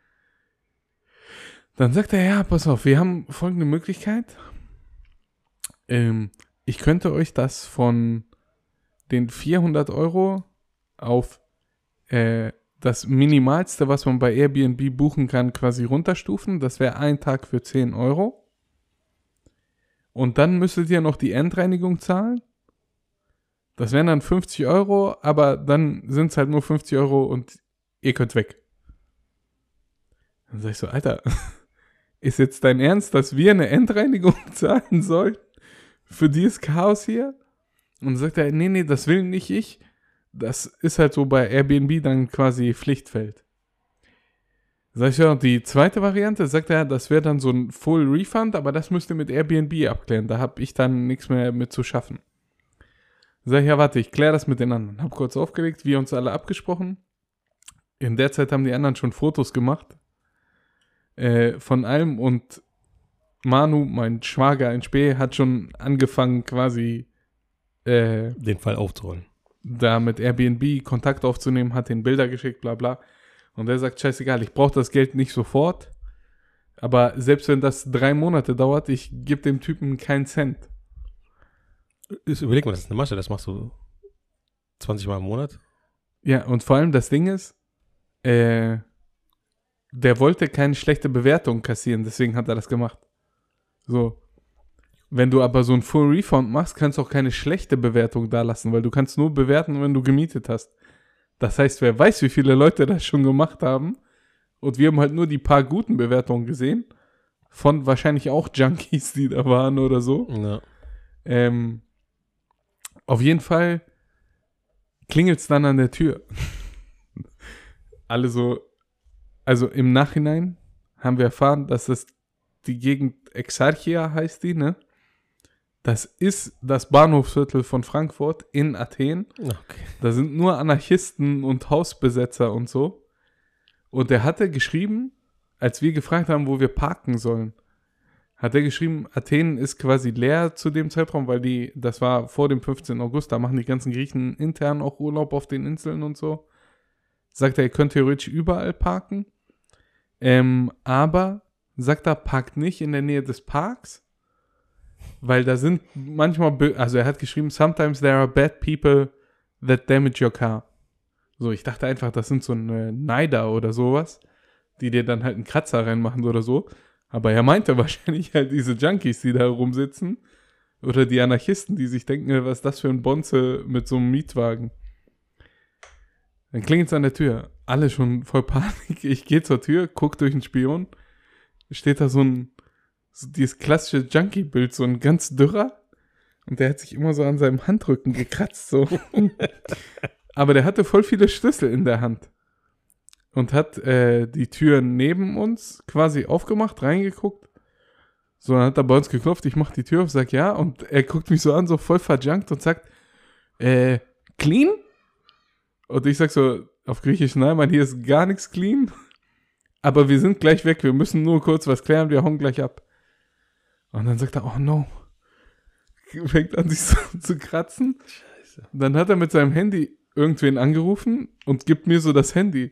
Dann sagt er, ja, pass auf, wir haben folgende Möglichkeit. Ich könnte euch das von den 400 € auf das Minimalste, was man bei Airbnb buchen kann, quasi runterstufen. Das wäre ein Tag für 10 €. Und dann müsstet ihr noch die Endreinigung zahlen. Das wären dann 50 €, aber dann sind es halt nur 50 € und ihr könnt weg. Dann sag ich so, Alter, ist jetzt dein Ernst, dass wir eine Endreinigung zahlen sollen für dieses Chaos hier? Und dann sagt er, nee, das will nicht ich. Das ist halt so bei Airbnb dann quasi Pflichtfeld. Sag ich ja, die zweite Variante, sagt er, das wäre dann so ein Full Refund, aber das müsst ihr mit Airbnb abklären. Da habe ich dann nichts mehr mit zu schaffen. Sag ich, ja, warte, ich kläre das mit den anderen. Hab kurz aufgelegt, wir uns alle abgesprochen. In der Zeit haben die anderen schon Fotos gemacht. Von allem und Manu, mein Schwager in Spee, hat schon angefangen quasi den Fall aufzurollen. Da mit Airbnb Kontakt aufzunehmen, hat den Bilder geschickt, bla bla. Und er sagt, scheißegal, ich brauche das Geld nicht sofort. Aber selbst wenn das 3 Monate dauert, ich gebe dem Typen keinen Cent. Überleg mal, das ist eine Masche, das machst du 20 Mal im Monat. Ja, und vor allem das Ding ist, der wollte keine schlechte Bewertung kassieren, deswegen hat er das gemacht. So. Wenn du aber so ein Full Refund machst, kannst du auch keine schlechte Bewertung da lassen, weil du kannst nur bewerten, wenn du gemietet hast. Das heißt, wer weiß, wie viele Leute das schon gemacht haben. Und wir haben halt nur die paar guten Bewertungen gesehen. Von wahrscheinlich auch Junkies, die da waren oder so. Ja. Auf jeden Fall klingelt es dann an der Tür. Alle so, also im Nachhinein haben wir erfahren, dass das die Gegend Exarchia heißt die, ne? Das ist das Bahnhofsviertel von Frankfurt in Athen. Okay. Da sind nur Anarchisten und Hausbesetzer und so. Und er hatte geschrieben, als wir gefragt haben, wo wir parken sollen, hat er geschrieben, Athen ist quasi leer zu dem Zeitraum, weil das war vor dem 15. August, da machen die ganzen Griechen intern auch Urlaub auf den Inseln und so. Sagt er, ihr könnt theoretisch überall parken. Aber, sagt er, parkt nicht in der Nähe des Parks, weil da sind manchmal, also er hat geschrieben, sometimes there are bad people that damage your car. So, ich dachte einfach, das sind so eine Neider oder sowas, die dir dann halt einen Kratzer reinmachen oder so. Aber er meinte wahrscheinlich halt diese Junkies, die da rumsitzen. Oder die Anarchisten, die sich denken, was ist das für ein Bonze mit so einem Mietwagen. Dann klingelt es an der Tür. Alle schon voll Panik. Ich gehe zur Tür, guck durch den Spion. Steht da so dieses klassische Junkie-Bild, so ein ganz dürrer. Und der hat sich immer so an seinem Handrücken gekratzt, so. Aber der hatte voll viele Schlüssel in der Hand. Und hat die Tür neben uns quasi aufgemacht, reingeguckt. So, dann hat er bei uns geklopft, ich mach die Tür auf, sag ja. Und er guckt mich so an, so voll verjunkt und sagt, clean? Und ich sag so, auf Griechisch, nein, Mann, hier ist gar nichts clean. Aber wir sind gleich weg, wir müssen nur kurz was klären, wir hauen gleich ab. Und dann sagt er, oh no. Fängt an, sich so zu kratzen. Scheiße. Dann hat er mit seinem Handy irgendwen angerufen und gibt mir so das Handy.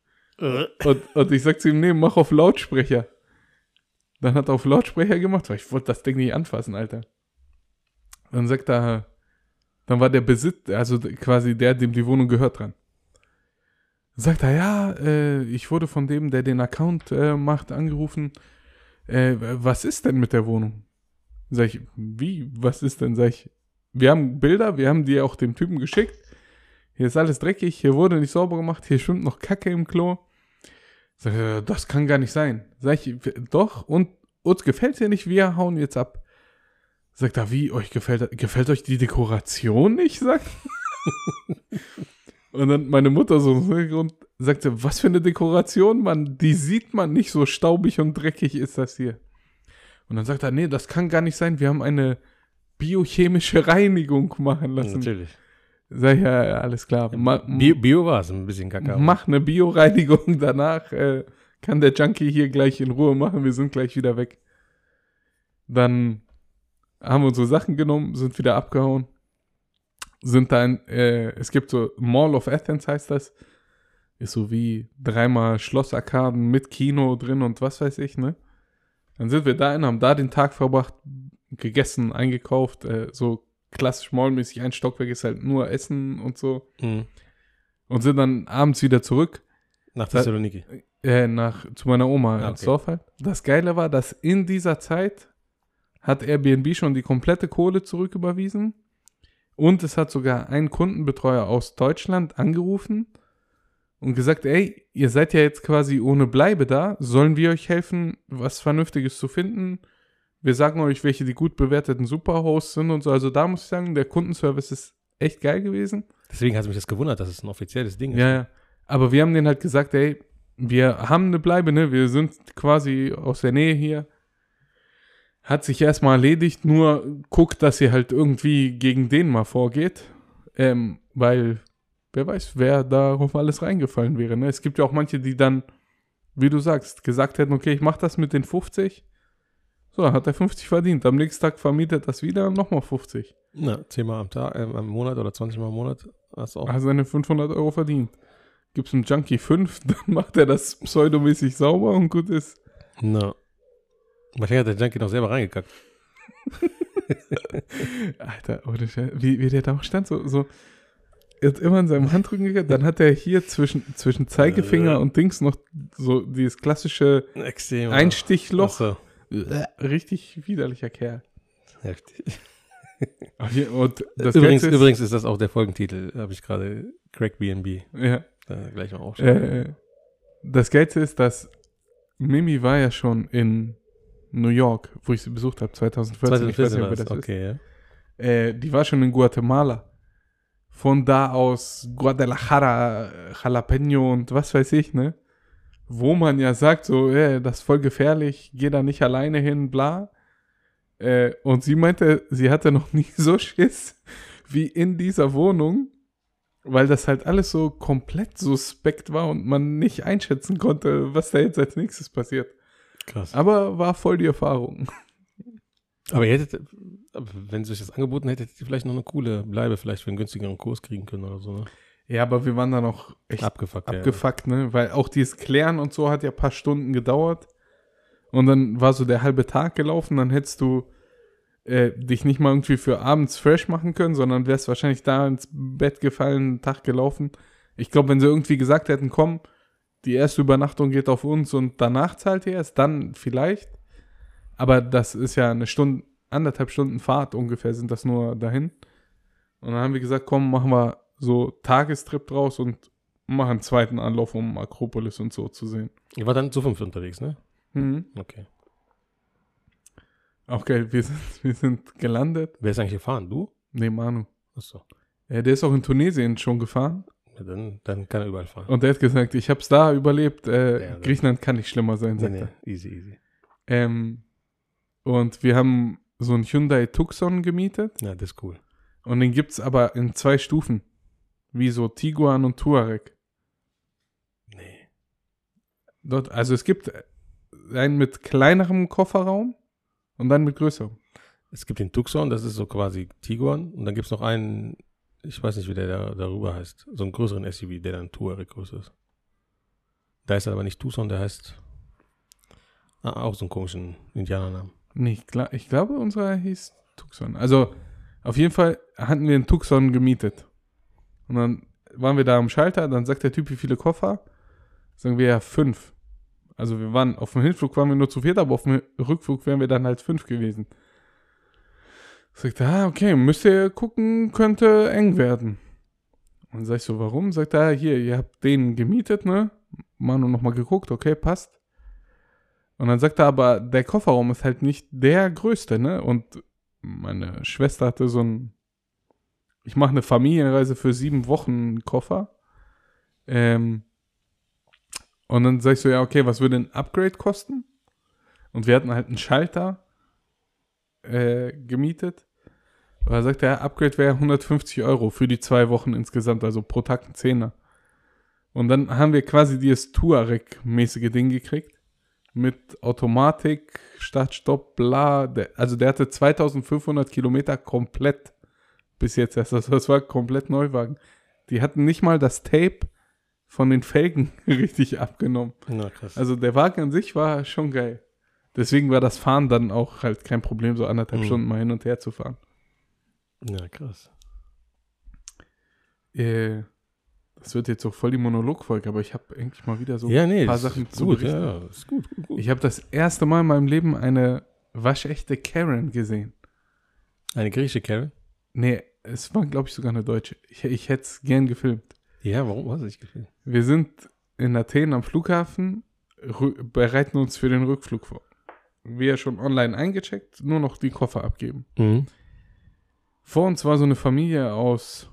Und ich sag zu ihm, nee, mach auf Lautsprecher. Dann hat er auf Lautsprecher gemacht, weil ich wollte das Ding nicht anfassen, Alter. Dann sagt er, dann war der Besitz, also quasi der, dem die Wohnung gehört, dran. Dann sagt er, ja, ich wurde von dem, der den Account macht, angerufen. Was ist denn mit der Wohnung? Sag ich, wie, was ist denn? Sag ich, wir haben Bilder, wir haben die auch dem Typen geschickt. Hier ist alles dreckig, hier wurde nicht sauber gemacht, hier schwimmt noch Kacke im Klo. Sag ich, das kann gar nicht sein. Sag ich, doch, und uns gefällt hier nicht, wir hauen jetzt ab. Sagt er, wie, euch gefällt euch die Dekoration nicht? Sagt Und dann meine Mutter so im Hintergrund sagte, was für eine Dekoration, Mann, die sieht man nicht, so staubig und dreckig ist das hier. Und dann sagt er, nee, das kann gar nicht sein, wir haben eine biochemische Reinigung machen lassen. Natürlich. Sag ich, ja, alles klar. Bio war es, ein bisschen Kakao. Mach eine Bio-Reinigung, danach kann der Junkie hier gleich in Ruhe machen, wir sind gleich wieder weg. Dann haben wir unsere Sachen genommen, sind wieder abgehauen. Sind dann, es gibt so Mall of Athens heißt das. Ist so wie 3-mal Schlossarkaden mit Kino drin und was weiß ich, ne? Dann sind wir dahin, haben da den Tag verbracht, gegessen, eingekauft, so klassisch mallmäßig, ein Stockwerk ist halt nur Essen und so. Mhm. Und sind dann abends wieder zurück. Nach Thessaloniki? Zu meiner Oma ins Okay. Dorf halt. Das Geile war, dass in dieser Zeit hat Airbnb schon die komplette Kohle zurücküberwiesen. Und es hat sogar ein Kundenbetreuer aus Deutschland angerufen und gesagt, ey, ihr seid ja jetzt quasi ohne Bleibe da, sollen wir euch helfen, was Vernünftiges zu finden? Wir sagen euch, welche die gut bewerteten Superhosts sind und so. Also da muss ich sagen, der Kundenservice ist echt geil gewesen. Deswegen hat es mich das gewundert, dass es ein offizielles Ding ist. Ja, ja. Aber wir haben denen halt gesagt, ey, wir haben eine Bleibe, ne? Wir sind quasi aus der Nähe hier. Hat sich erstmal erledigt, nur guckt, dass ihr halt irgendwie gegen den mal vorgeht. Weil, wer weiß, wer darauf alles reingefallen wäre. Ne? Es gibt ja auch manche, die dann, wie du sagst, gesagt hätten, okay, ich mache das mit den 50. So, dann hat er 50 verdient. Am nächsten Tag vermietet das wieder, nochmal 50. Na, 10-mal am Tag, am Monat oder 20-mal im Monat. Hast du auch. Hat seine 500 Euro verdient. Gibt's einem Junkie 5, dann macht er das pseudomäßig sauber und gut ist. Na. Wahrscheinlich hat der Junkie noch selber reingekackt. Alter, ohne Scheiß, wie der da auch stand, so jetzt immer in seinem Handrücken gegangen, dann hat er hier zwischen Zeigefinger und Dings noch so dieses klassische Extrem. Einstichloch. So. Richtig widerlicher Kerl. Heftig. Und das Übrigens ist das auch der Folgentitel, habe ich gerade, Crack B&B. Ja. Gleich mal aufschreiben. Das Geilste ist, dass Mimi war ja schon in New York, wo ich sie besucht habe, 2014. Ich weiß nicht, ob das okay, ist. Ja. Die war schon in Guatemala. Von da aus Guadalajara, Jalapeño und was weiß ich, ne? Wo man ja sagt, so, das ist voll gefährlich, geh da nicht alleine hin, bla. Und sie meinte, sie hatte noch nie so Schiss wie in dieser Wohnung, weil das halt alles so komplett suspekt war und man nicht einschätzen konnte, was da jetzt als nächstes passiert. Krass. Aber war voll die Erfahrung. Aber wenn sie euch das angeboten hätte, hättet ihr vielleicht noch eine coole Bleibe vielleicht für einen günstigeren Kurs kriegen können oder so, ne? Ja, aber wir waren da noch echt abgefuckt, ne? Weil auch dieses Klären und so hat ja ein paar Stunden gedauert. Und dann war so der halbe Tag gelaufen, dann hättest du dich nicht mal irgendwie für abends fresh machen können, sondern wärst wahrscheinlich da ins Bett gefallen, einen Tag gelaufen. Ich glaube, wenn sie irgendwie gesagt hätten, komm, die erste Übernachtung geht auf uns und danach zahlt ihr erst, dann vielleicht. Aber das ist ja eine Stunde, 1,5 Stunden Fahrt ungefähr sind das nur dahin. Und dann haben wir gesagt, komm, machen wir so Tagestrip draus und machen einen zweiten Anlauf, um Akropolis und so zu sehen. Ihr wart dann zu 5 unterwegs, ne? Mhm. Okay. Auch geil, wir sind gelandet. Wer ist eigentlich gefahren? Du? Nee, Manu. Achso. Ja, der ist auch in Tunesien schon gefahren. Ja, dann kann er überall fahren. Und der hat gesagt, ich hab's da überlebt. Griechenland kann nicht schlimmer sein, sagt er. Easy. Und wir haben so einen Hyundai Tucson gemietet. Ja, das ist cool. Und den gibt's aber in 2 Stufen. Wie so Tiguan und Touareg. Nee. Dort, also es gibt einen mit kleinerem Kofferraum und dann mit größerem. Es gibt den Tucson, das ist so quasi Tiguan. Und dann gibt es noch einen, ich weiß nicht, wie der da darüber heißt. So einen größeren SUV, der dann Touareg größer ist. Da ist er aber nicht Tucson, der heißt auch so einen komischen Indianernamen. Nee, ich glaube, unserer hieß Tucson. Also auf jeden Fall hatten wir einen Tucson gemietet. Und dann waren wir da am Schalter, dann sagt der Typ, wie viele Koffer? Sagen wir ja 5. Also wir waren, auf dem Hinflug waren wir nur zu 4, aber auf dem Rückflug wären wir dann halt 5 gewesen. Sagt er, okay, müsst ihr gucken, könnte eng werden. Und dann sag ich so, warum? Sagt er, hier, ihr habt den gemietet, ne? Manu nochmal geguckt, okay, passt. Und dann sagt er, aber der Kofferraum ist halt nicht der größte, ne? Und meine Schwester hatte so ein, ich mache eine Familienreise für 7 Wochen Koffer. Und dann sag ich so, ja, okay, was würde ein Upgrade kosten? Und wir hatten halt einen Schalter gemietet. Und da sagt er, Upgrade wäre 150 € für die 2 Wochen insgesamt, also pro Tag ein 10er. Und dann haben wir quasi dieses Touareg-mäßige Ding gekriegt. Mit Automatik, Start, Stopp, bla. Der hatte 2500 Kilometer komplett bis jetzt erst. Also das war komplett Neuwagen. Die hatten nicht mal das Tape von den Felgen richtig abgenommen. Na, krass. Also der Wagen an sich war schon geil. Deswegen war das Fahren dann auch halt kein Problem, so 1,5 Stunden mal hin und her zu fahren. Ja, krass. Das wird jetzt so voll die Monologfolge, aber ich habe eigentlich mal wieder so ein paar Sachen zu berichten. Ja, ist gut. Ich habe das erste Mal in meinem Leben eine waschechte Karen gesehen. Eine griechische Karen? Nee, es war, glaube ich, sogar eine deutsche. Ich hätte es gern gefilmt. Ja, warum hast du nicht gefilmt? Wir sind in Athen am Flughafen, bereiten uns für den Rückflug vor. Wir schon online eingecheckt, nur noch die Koffer abgeben. Mhm. Vor uns war so eine Familie aus,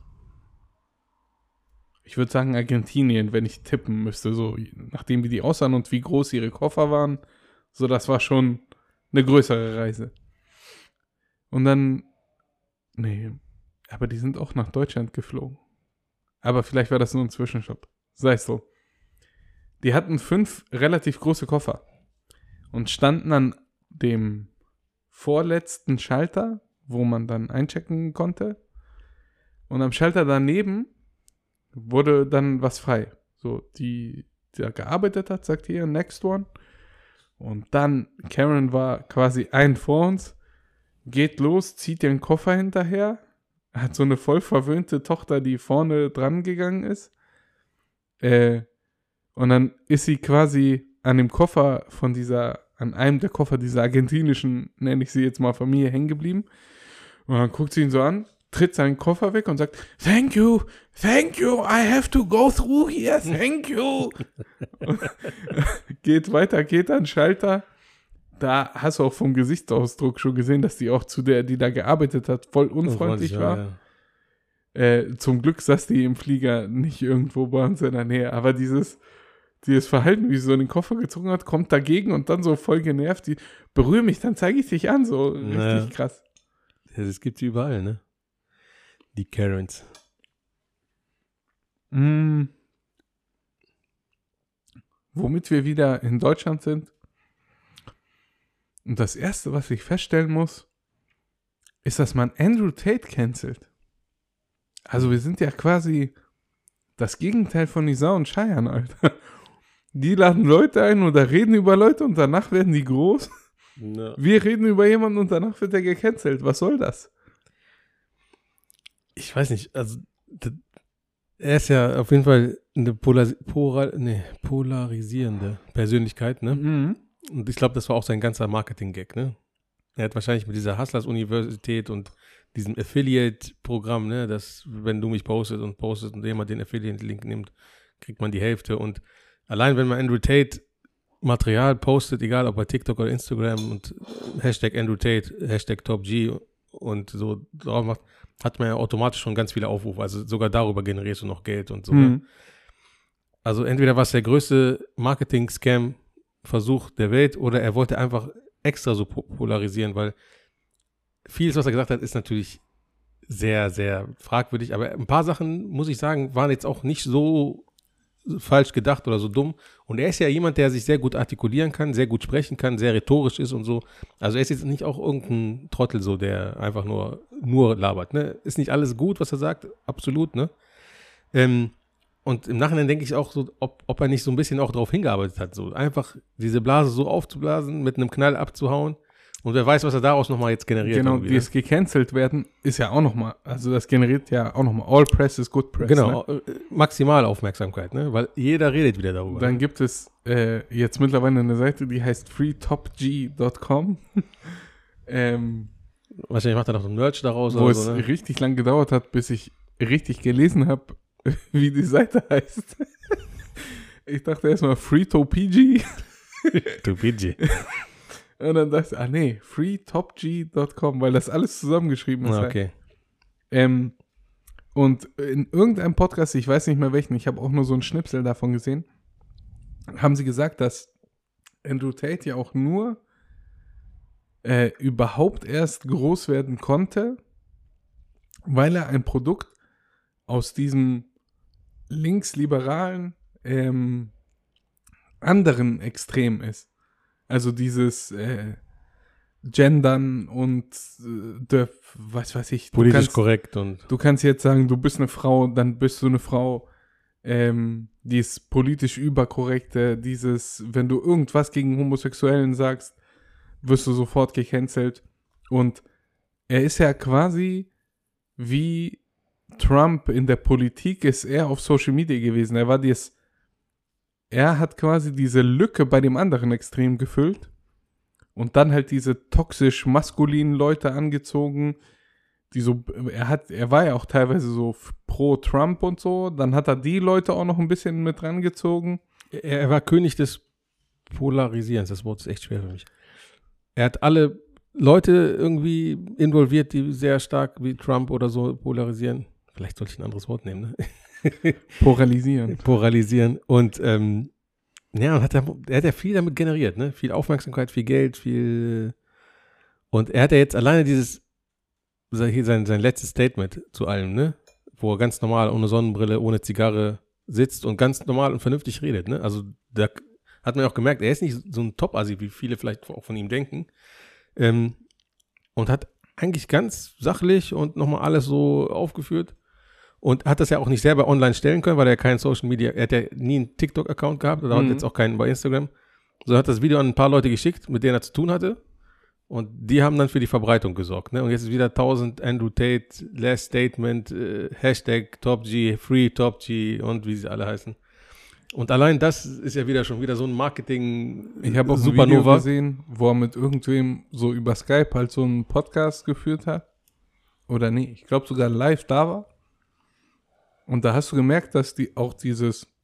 ich würde sagen Argentinien, wenn ich tippen müsste, so nachdem wie die aussahen und wie groß ihre Koffer waren. So, das war schon eine größere Reise. Und dann, Aber die sind auch nach Deutschland geflogen. Aber vielleicht war das nur ein Zwischenstopp. Sei es so. Die hatten 5 relativ große Koffer und standen an dem vorletzten Schalter, wo man dann einchecken konnte. Und am Schalter daneben wurde dann was frei. So, die da gearbeitet hat, sagt hier, next one. Und dann, Karen war quasi ein vor uns, geht los, zieht ihren Koffer hinterher, hat so eine voll verwöhnte Tochter, die vorne dran gegangen ist. Und dann ist sie quasi an dem Koffer an einem der Koffer dieser argentinischen, nenne ich sie jetzt mal, Familie hängen geblieben. Und dann guckt sie ihn so an, tritt seinen Koffer weg und sagt, thank you, I have to go through here, thank you. Geht weiter, geht an den Schalter. Da hast du auch vom Gesichtsausdruck schon gesehen, dass die auch zu der, die da gearbeitet hat, voll unfreundlich war. Ja. Zum Glück saß die im Flieger nicht irgendwo bei uns in der Nähe, aber dieses Verhalten, wie sie so den Koffer gezogen hat, kommt dagegen und dann so voll genervt, die berühr mich, dann zeige ich dich an, so richtig krass. Ja, das gibt sie überall, ne? Die Karens. Womit wir wieder in Deutschland sind. Und das Erste, was ich feststellen muss, ist, dass man Andrew Tate cancelt. Also wir sind ja quasi das Gegenteil von Nisa und Cheyenne, Alter. Die laden Leute ein oder reden über Leute und danach werden die groß. Ja. Wir reden über jemanden und danach wird er gecancelt. Was soll das? Ich weiß nicht, also er ist ja auf jeden Fall eine polarisierende Persönlichkeit, ne? Mhm. Und ich glaube, das war auch sein ganzer Marketing-Gag, ne? Er hat wahrscheinlich mit dieser Hustlers-Universität und diesem Affiliate-Programm, ne, dass wenn du mich postest und jemand den Affiliate-Link nimmt, kriegt man die Hälfte. Und allein wenn man Andrew Tate Material postet, egal ob bei TikTok oder Instagram und Hashtag Andrew Tate, Hashtag TopG und so drauf macht, hat man ja automatisch schon ganz viele Aufrufe. Also sogar darüber generierst du noch Geld und so. Mhm. Ne? Also entweder war es der größte Marketing-Scam-Versuch der Welt oder er wollte einfach extra so polarisieren, weil vieles, was er gesagt hat, ist natürlich sehr, sehr fragwürdig. Aber ein paar Sachen, muss ich sagen, waren jetzt auch nicht so falsch gedacht oder so dumm. Und er ist ja jemand, der sich sehr gut artikulieren kann, sehr gut sprechen kann, sehr rhetorisch ist und so. Also er ist jetzt nicht auch irgendein Trottel so, der einfach nur labert. Ne? Ist nicht alles gut, was er sagt, absolut. Ne? Und im Nachhinein denke ich auch so, ob er nicht so ein bisschen auch darauf hingearbeitet hat, so einfach diese Blase so aufzublasen, mit einem Knall abzuhauen. Und wer weiß, was er daraus nochmal jetzt generiert. Genau, die es gecancelt werden, ist ja auch nochmal, also das generiert ja auch nochmal, all press is good press. Genau, ne? Maximal Aufmerksamkeit, ne? Weil jeder redet wieder darüber. Dann gibt es jetzt mittlerweile eine Seite, die heißt freetopg.com. Wahrscheinlich macht er noch ein Merch daraus. Wo oder es so, ne? richtig lang gedauert hat, bis ich richtig gelesen habe, wie die Seite heißt. Ich dachte erstmal freetopg. Topg. Und dann dachte ich, freetopg.com, weil das alles zusammengeschrieben ist. Okay. Und in irgendeinem Podcast, ich weiß nicht mehr welchen, ich habe auch nur so einen Schnipsel davon gesehen, haben sie gesagt, dass Andrew Tate ja auch nur überhaupt erst groß werden konnte, weil er ein Produkt aus diesem linksliberalen anderen Extrem ist. Also dieses Gendern und was weiß ich. Politisch korrekt und. Du kannst jetzt sagen, du bist eine Frau, dann bist du eine Frau, die ist politisch überkorrekte, wenn du irgendwas gegen Homosexuellen sagst, wirst du sofort gecancelt. Und er ist ja quasi wie Trump in der Politik, ist er auf Social Media gewesen. Er hat quasi diese Lücke bei dem anderen Extrem gefüllt und dann halt diese toxisch maskulinen Leute angezogen, die so, er war ja auch teilweise so pro Trump und so, dann hat er die Leute auch noch ein bisschen mit rangezogen. Er war König des Polarisierens, das Wort ist echt schwer für mich. Er hat alle Leute irgendwie involviert, die sehr stark wie Trump oder so polarisieren. Vielleicht sollte ich ein anderes Wort nehmen, ne? Poralisieren. Und ja, und er hat ja viel damit generiert, ne? Viel Aufmerksamkeit, viel Geld, viel. Und er hat ja jetzt alleine dieses sein letztes Statement zu allem, ne? Wo er ganz normal, ohne Sonnenbrille, ohne Zigarre sitzt und ganz normal und vernünftig redet, ne? Also da hat man auch gemerkt, er ist nicht so ein Top-Assi, wie viele vielleicht auch von ihm denken. Und hat eigentlich ganz sachlich und nochmal alles so aufgeführt. Und hat das ja auch nicht selber online stellen können, weil er keinen Social Media, er hat ja nie einen TikTok-Account gehabt oder hat jetzt auch keinen bei Instagram. So hat das Video an ein paar Leute geschickt, mit denen er zu tun hatte. Und die haben dann für die Verbreitung gesorgt. Ne? Und jetzt ist wieder 1000 Andrew Tate, Last Statement, Hashtag TopG, Free TopG und wie sie alle heißen. Und allein das ist ja wieder schon wieder so ein Marketing. Ich habe auch ein Video gesehen, wo er mit irgendwem so über Skype halt so einen Podcast geführt hat. Oder nee, ich glaube sogar live da war. Und da hast du gemerkt, dass die auch die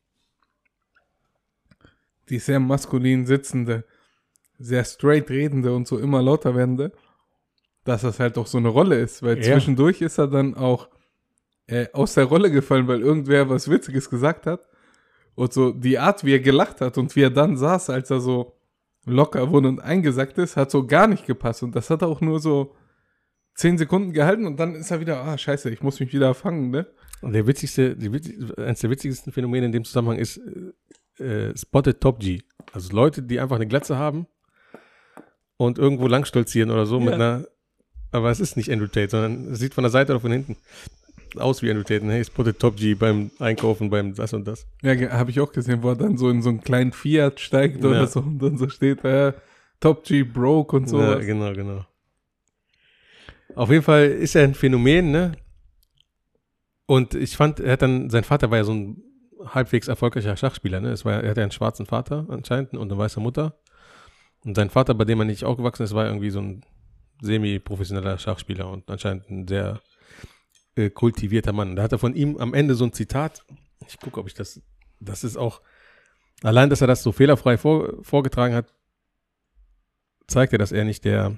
sehr maskulin sitzende, sehr straight redende und so immer lauter werdende, dass das halt auch so eine Rolle ist. Weil zwischendurch ist er dann auch aus der Rolle gefallen, weil irgendwer was Witziges gesagt hat. Und so die Art, wie er gelacht hat und wie er dann saß, als er so locker wurde und eingesackt ist, hat so gar nicht gepasst. Und das hat auch nur so 10 Sekunden gehalten und dann ist er wieder, scheiße, ich muss mich wieder fangen, ne? Und eines der witzigsten Phänomene in dem Zusammenhang ist Spotted Top G. Also Leute, die einfach eine Glatze haben und irgendwo lang stolzieren oder so mit einer, aber es ist nicht Andrew Tate, sondern es sieht von der Seite oder von hinten aus wie Andrew Tate. Hey, Spotted Top G beim Einkaufen, beim das und das. Ja, habe ich auch gesehen, wo er dann so in so einen kleinen Fiat steigt oder so und dann so steht, Top G broke und so. Ja, genau. Auf jeden Fall ist er ein Phänomen, ne? Und ich fand, sein Vater war ja so ein halbwegs erfolgreicher Schachspieler, ne? Er hatte einen schwarzen Vater anscheinend und eine weiße Mutter. Und sein Vater, bei dem er nicht aufgewachsen ist, war irgendwie so ein semi-professioneller Schachspieler und anscheinend ein sehr kultivierter Mann. Da hat er von ihm am Ende so ein Zitat, ich gucke, ob ich das ist auch, allein, dass er das so fehlerfrei vorgetragen hat, zeigt er, dass er nicht der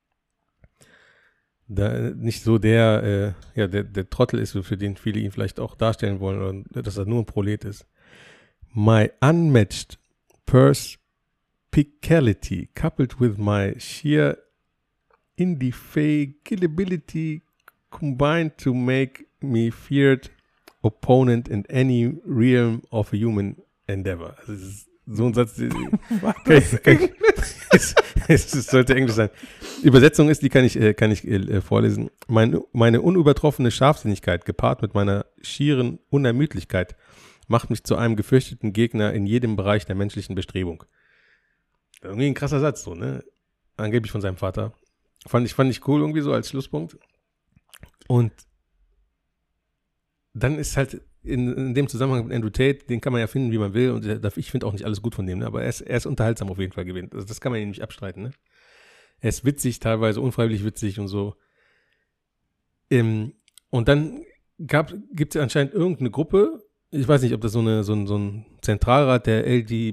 Trottel ist, für den viele ihn vielleicht auch darstellen wollen, oder dass er nur ein Prolet ist. My unmatched perspicality coupled with my sheer indefatigability combined to make me feared opponent in any realm of a human endeavor. Also das ist so ein Satz. Es sollte Englisch sein. Die Übersetzung ist, die kann ich vorlesen. Meine unübertroffene Scharfsinnigkeit gepaart mit meiner schieren Unermüdlichkeit macht mich zu einem gefürchteten Gegner in jedem Bereich der menschlichen Bestrebung. Irgendwie ein krasser Satz, so, ne? Angeblich von seinem Vater. Fand ich cool irgendwie so als Schlusspunkt. Und dann ist halt in dem Zusammenhang mit Andrew Tate, den kann man ja finden, wie man will. Und ich finde auch nicht alles gut von dem, ne? Aber er ist unterhaltsam auf jeden Fall gewesen. Also das kann man ihm nicht abstreiten, ne? Er ist witzig, teilweise unfreiwillig witzig und so. Und dann gibt es anscheinend irgendeine Gruppe, ich weiß nicht, ob das so ein Zentralrat der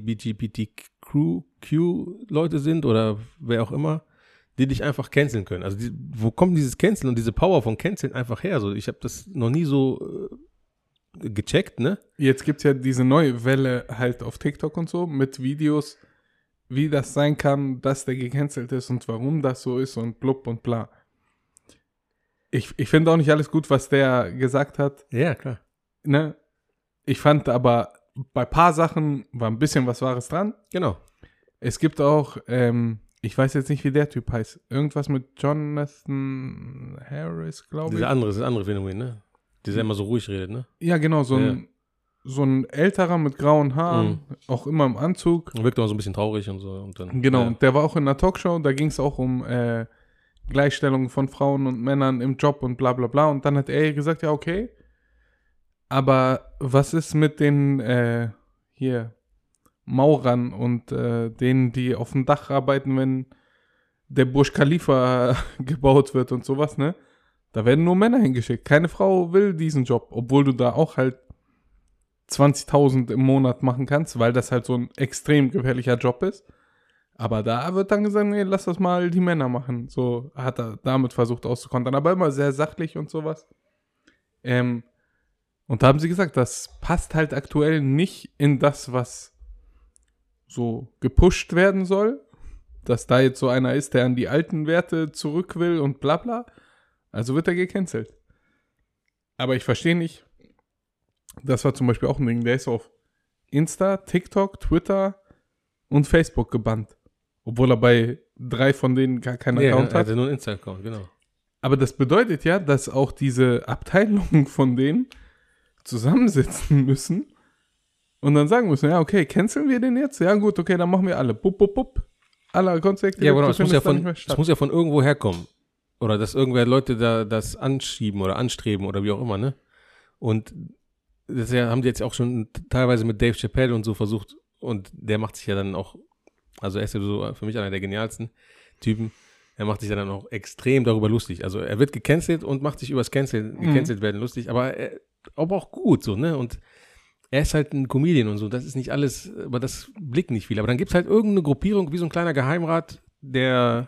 LGBTQ-Leute sind oder wer auch immer, die dich einfach canceln können. Also wo kommt dieses Canceln und diese Power von Canceln einfach her? Also ich habe das noch nie so gecheckt, ne? Jetzt gibt es ja diese neue Welle halt auf TikTok und so mit Videos, wie das sein kann, dass der gecancelt ist und warum das so ist und blub und bla. Ich finde auch nicht alles gut, was der gesagt hat. Ja, klar. Ne? Ich fand aber, bei ein paar Sachen war ein bisschen was Wahres dran. Genau. Es gibt auch, ich weiß jetzt nicht, wie der Typ heißt. Irgendwas mit Jonathan Harris, glaube ich. Das andere Phänomen, ne? Der immer so ruhig redet, ne? Ja, genau, so ein älterer mit grauen Haaren, auch immer im Anzug. Und wirkt auch so ein bisschen traurig und so. Und dann, genau, und der war auch in einer Talkshow, da ging es auch um Gleichstellung von Frauen und Männern im Job und bla bla bla. Und dann hat er gesagt, ja, okay, aber was ist mit den Maurern und denen, die auf dem Dach arbeiten, wenn der Burj Khalifa gebaut wird und sowas, ne? Da werden nur Männer hingeschickt. Keine Frau will diesen Job, obwohl du da auch halt 20.000 im Monat machen kannst, weil das halt so ein extrem gefährlicher Job ist. Aber da wird dann gesagt, nee, lass das mal die Männer machen. So hat er damit versucht auszukontern, aber immer sehr sachlich und sowas. Und da haben sie gesagt, das passt halt aktuell nicht in das, was so gepusht werden soll. Dass da jetzt so einer ist, der an die alten Werte zurück will und bla bla. Also wird er gecancelt. Aber ich verstehe nicht, das war zum Beispiel auch ein Ding, der ist auf Insta, TikTok, Twitter und Facebook gebannt. Obwohl er bei 3 von denen gar keinen Account er hat. hatte nur einen Insta-Account, genau. Aber das bedeutet ja, dass auch diese Abteilungen von denen zusammensitzen müssen und dann sagen müssen, ja, okay, canceln wir den jetzt? Ja gut, okay, dann machen wir alle. Bup, bup, bup. Alle Accounts deaktiviert. Ja, genau, das das muss ja von irgendwo herkommen. Oder dass irgendwer Leute da das anschieben oder anstreben oder wie auch immer, ne? Und das haben die jetzt auch schon teilweise mit Dave Chappelle und so versucht und der macht sich ja dann auch, also er ist ja so für mich einer der genialsten Typen, er macht sich ja dann auch extrem darüber lustig. Also er wird gecancelt und macht sich übers gecancelt werden lustig, aber auch gut so, ne? Und er ist halt ein Comedian und so, das ist nicht alles, aber das blickt nicht viel. Aber dann gibt es halt irgendeine Gruppierung, wie so ein kleiner Geheimrat, der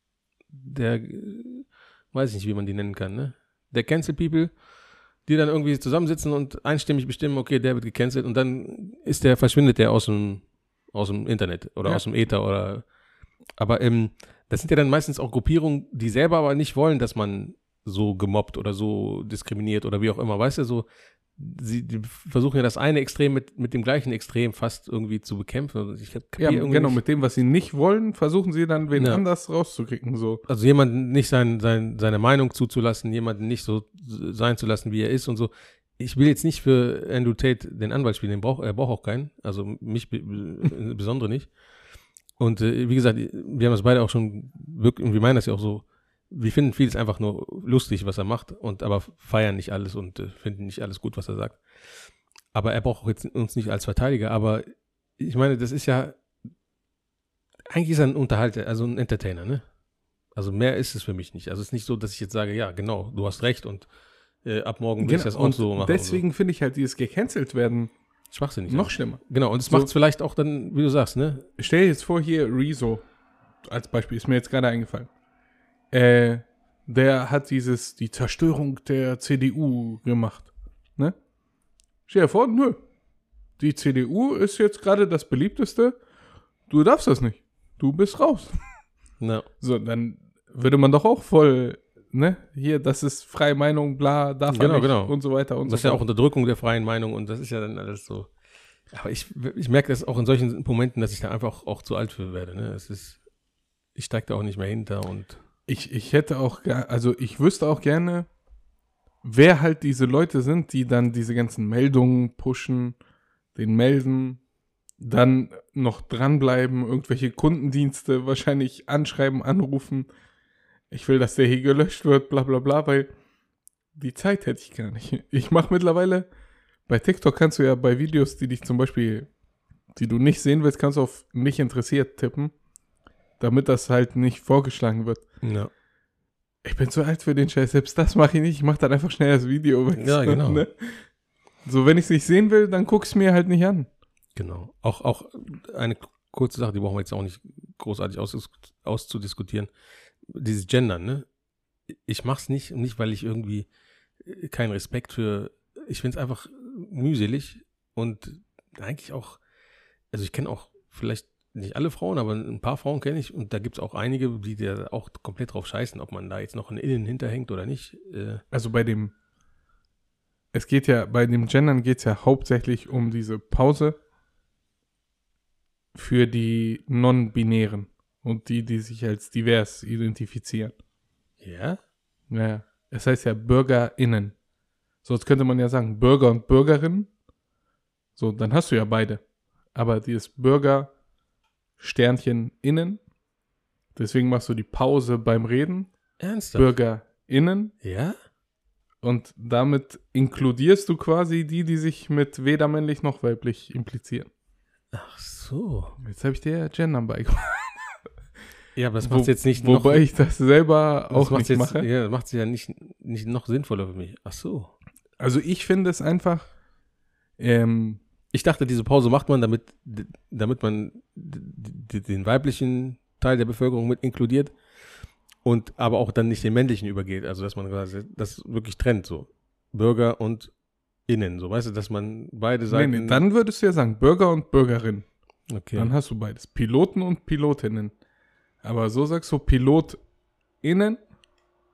weiß ich nicht, wie man die nennen kann, ne? Der Cancel People, die dann irgendwie zusammensitzen und einstimmig bestimmen, okay, der wird gecancelt und dann verschwindet der aus dem Internet oder aus dem Äther oder, aber das sind ja dann meistens auch Gruppierungen, die selber aber nicht wollen, dass man so gemobbt oder so diskriminiert oder wie auch immer, weißt du, so, die versuchen ja das eine Extrem mit dem gleichen Extrem fast irgendwie zu bekämpfen. Genau, mit dem, was sie nicht wollen, versuchen sie dann wen anders rauszukriegen. So. Also jemanden nicht seine Meinung zuzulassen, jemanden nicht so sein zu lassen, wie er ist und so. Ich will jetzt nicht für Andrew Tate den Anwalt spielen, er braucht auch keinen, also mich besondere nicht. Und wie gesagt, wir haben das beide auch schon, und wir meinen das ja auch so, wir finden vieles einfach nur lustig, was er macht, aber feiern nicht alles und finden nicht alles gut, was er sagt. Aber er braucht auch jetzt uns nicht als Verteidiger, aber ich meine, das ist ja, eigentlich ist er ein Unterhalter, also ein Entertainer, ne? Also mehr ist es für mich nicht. Also es ist nicht so, dass ich jetzt sage, ja, genau, du hast recht und ab morgen will ich das auch so machen. Deswegen so. Finde ich halt dieses gecancelt werden schwachsinnig. Noch schlimmer. Genau, und es macht es vielleicht auch dann, wie du sagst, ne? Stell dir jetzt vor, hier Rezo als Beispiel, ist mir jetzt gerade eingefallen. Der hat die Zerstörung der CDU gemacht. Ne? Stell dir vor, nö. Die CDU ist jetzt gerade das beliebteste. Du darfst das nicht. Du bist raus. No. So, dann würde man doch auch voll, ne? Hier, das ist freie Meinung, bla, darf man nicht und so weiter und so fort. Das ist ja auch Unterdrückung der freien Meinung und das ist ja dann alles so. Aber ich merke das auch in solchen Momenten, dass ich da einfach auch zu alt für werde, ne? Ich steige da auch nicht mehr hinter und Ich hätte auch, also ich wüsste auch gerne, wer halt diese Leute sind, die dann diese ganzen Meldungen pushen, den melden, dann noch dranbleiben, irgendwelche Kundendienste wahrscheinlich anschreiben, anrufen. Ich will, dass der hier gelöscht wird, bla bla bla, weil die Zeit hätte ich gar nicht. Ich mache mittlerweile, bei TikTok kannst du ja bei Videos, die dich zum Beispiel, die du nicht sehen willst, kannst du auf nicht interessiert tippen, damit das halt nicht vorgeschlagen wird. Ja. Ich bin zu alt für den Scheiß, selbst das mache ich nicht, ich mache dann einfach schnell das Video weg. Ja, genau. Ne? So, wenn ich es nicht sehen will, dann guck es mir halt nicht an. Genau. Auch eine kurze Sache, die brauchen wir jetzt auch nicht großartig auszudiskutieren. Dieses Gendern, ne? Ich mach's nicht, weil ich irgendwie keinen Respekt ich finde es einfach mühselig und eigentlich auch, also ich kenne auch vielleicht nicht alle Frauen, aber ein paar Frauen kenne ich und da gibt es auch einige, die da auch komplett drauf scheißen, ob man da jetzt noch ein Innen hinterhängt oder nicht. Also bei dem Gendern geht es ja hauptsächlich um diese Pause für die Non-Binären und die sich als divers identifizieren. Ja? Ja. Es heißt ja BürgerInnen. Sonst könnte man ja sagen Bürger und Bürgerinnen. So, dann hast du ja beide. Aber dieses Bürger Sternchen innen. Deswegen machst du die Pause beim Reden. Ernsthaft? BürgerInnen. Ja? Und damit inkludierst du quasi die sich mit weder männlich noch weiblich implizieren. Ach so. Jetzt habe ich dir ja Gendern beigebracht. Ja, aber das macht es jetzt nicht wobei ich das selber auch nicht mache. Ja, das macht es ja nicht noch sinnvoller für mich. Ach so. Also ich finde es einfach ich dachte, diese Pause macht man, damit man den weiblichen Teil der Bevölkerung mit inkludiert und aber auch dann nicht den männlichen übergeht. Also, dass man quasi das wirklich trennt, so. Bürger und Innen, so. Weißt du, dass man beide Seiten... Nee, dann würdest du ja sagen Bürger und Bürgerin. Okay. Dann hast du beides. Piloten und Pilotinnen. Aber so sagst du PilotInnen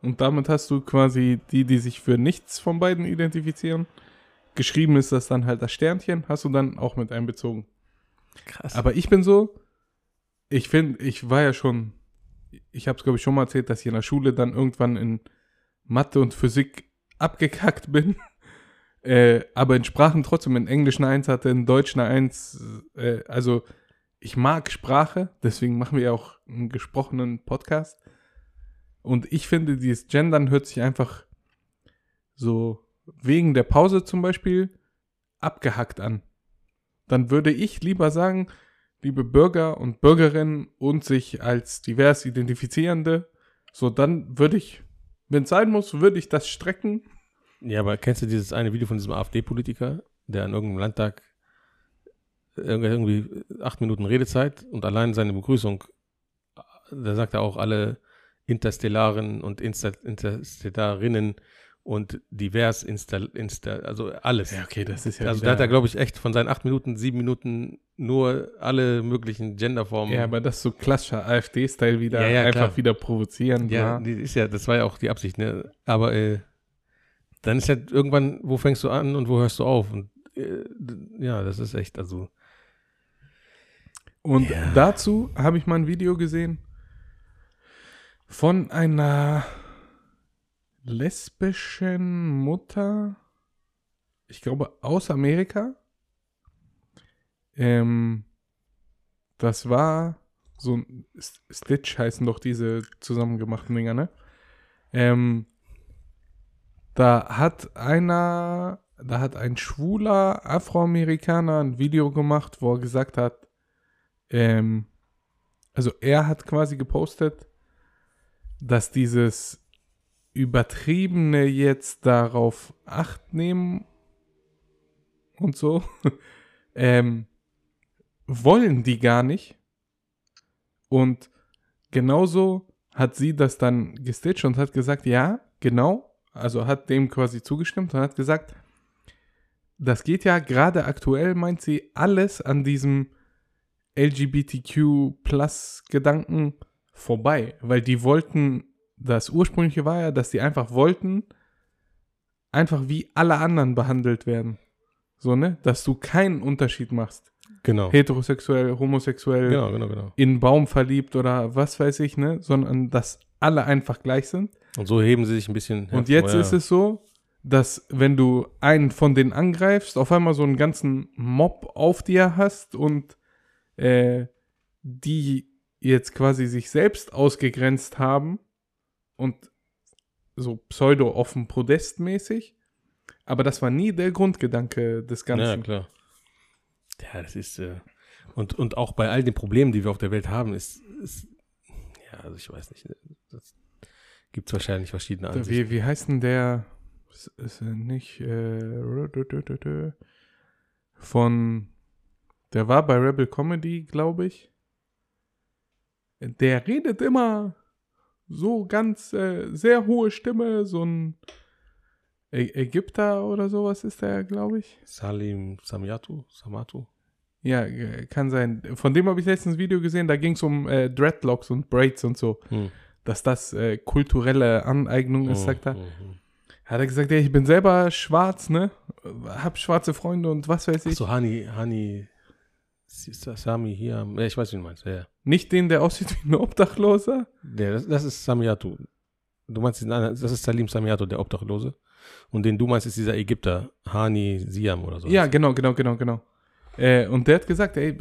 und damit hast du quasi die sich für nichts von beiden identifizieren. Geschrieben ist das dann halt das Sternchen, hast du dann auch mit einbezogen. Krass. Aber ich bin so, ich finde, ich war ja schon, ich habe es glaube ich schon mal erzählt, dass ich in der Schule dann irgendwann in Mathe und Physik abgekackt bin. Aber in Sprachen trotzdem in Englisch eine 1 hatte, in Deutsch eine 1. Also ich mag Sprache, deswegen machen wir ja auch einen gesprochenen Podcast. Und ich finde, dieses Gendern hört sich einfach so wegen der Pause zum Beispiel abgehackt an. Dann würde ich lieber sagen, liebe Bürger und Bürgerinnen und sich als divers Identifizierende, so dann würde ich, wenn es sein muss, würde ich das strecken. Ja, aber kennst du dieses eine Video von diesem AfD-Politiker, der an irgendeinem Landtag irgendwie 8 Minuten Redezeit und allein seine Begrüßung, da sagt er auch alle Interstellaren und Interstellarinnen und divers, also alles. Ja, okay, das ist ja also da hat er, glaube ich, echt von seinen 8 Minuten, 7 Minuten nur alle möglichen Genderformen. Ja, aber das ist so klassischer AfD-Style wieder, einfach klar. wieder provozieren. Ja, das war ja auch die Absicht, ne? Aber dann ist halt irgendwann, wo fängst du an und wo hörst du auf? Und ja, das ist echt, also. Und dazu habe ich mal ein Video gesehen von einer lesbischen Mutter, ich glaube aus Amerika. Das war so ein Stitch heißen doch diese zusammengemachten Dinger, ne? Da hat ein schwuler Afroamerikaner ein Video gemacht, wo er gesagt hat, also er hat quasi gepostet, dass dieses Übertriebene jetzt darauf Acht nehmen und so, wollen die gar nicht. Und genauso hat sie das dann gestitcht und hat gesagt, ja, genau, also hat dem quasi zugestimmt und hat gesagt, das geht ja gerade aktuell, meint sie, alles an diesem LGBTQ-Plus-Gedanken vorbei, weil die wollten, das Ursprüngliche war ja, dass die einfach wollten, einfach wie alle anderen behandelt werden. So, ne? Dass du keinen Unterschied machst. Genau. Heterosexuell, homosexuell, Genau. in einen Baum verliebt oder was weiß ich, ne? Sondern dass alle einfach gleich sind. Und so heben sie sich ein bisschen. Und jetzt ist es so, dass wenn du einen von denen angreifst, auf einmal so einen ganzen Mob auf dir hast und die jetzt quasi sich selbst ausgegrenzt haben und so pseudo-offen Podest-mäßig. Aber das war nie der Grundgedanke des Ganzen. Ja, klar. Ja, das ist, und auch bei all den Problemen, die wir auf der Welt haben, ist ja, also ich weiß nicht, das gibt es wahrscheinlich verschiedene Ansichten. Wie heißt denn der, ist nicht, der war bei Rebel Comedy, glaube ich. Der redet immer so ganz, sehr hohe Stimme, so ein Ägypter oder sowas ist der, glaube ich. Salim Samatu? Ja, kann sein. Von dem habe ich letztens ein Video gesehen, da ging es um Dreadlocks und Braids und so. Dass das kulturelle Aneignung ist, sagt er. Hat er gesagt, ja, ich bin selber schwarz, ne? Hab schwarze Freunde und was weiß ich. Achso, Hani Sami hier. Ja, ich weiß, wie du meinst. Ja. Nicht den, der aussieht wie ein Obdachloser? Ja, das ist Samiatu. Du meinst, das ist Salim Samiatu, der Obdachlose. Und den du meinst, ist dieser Ägypter, Hani Siam oder so. Ja, genau. Und der hat gesagt, ey,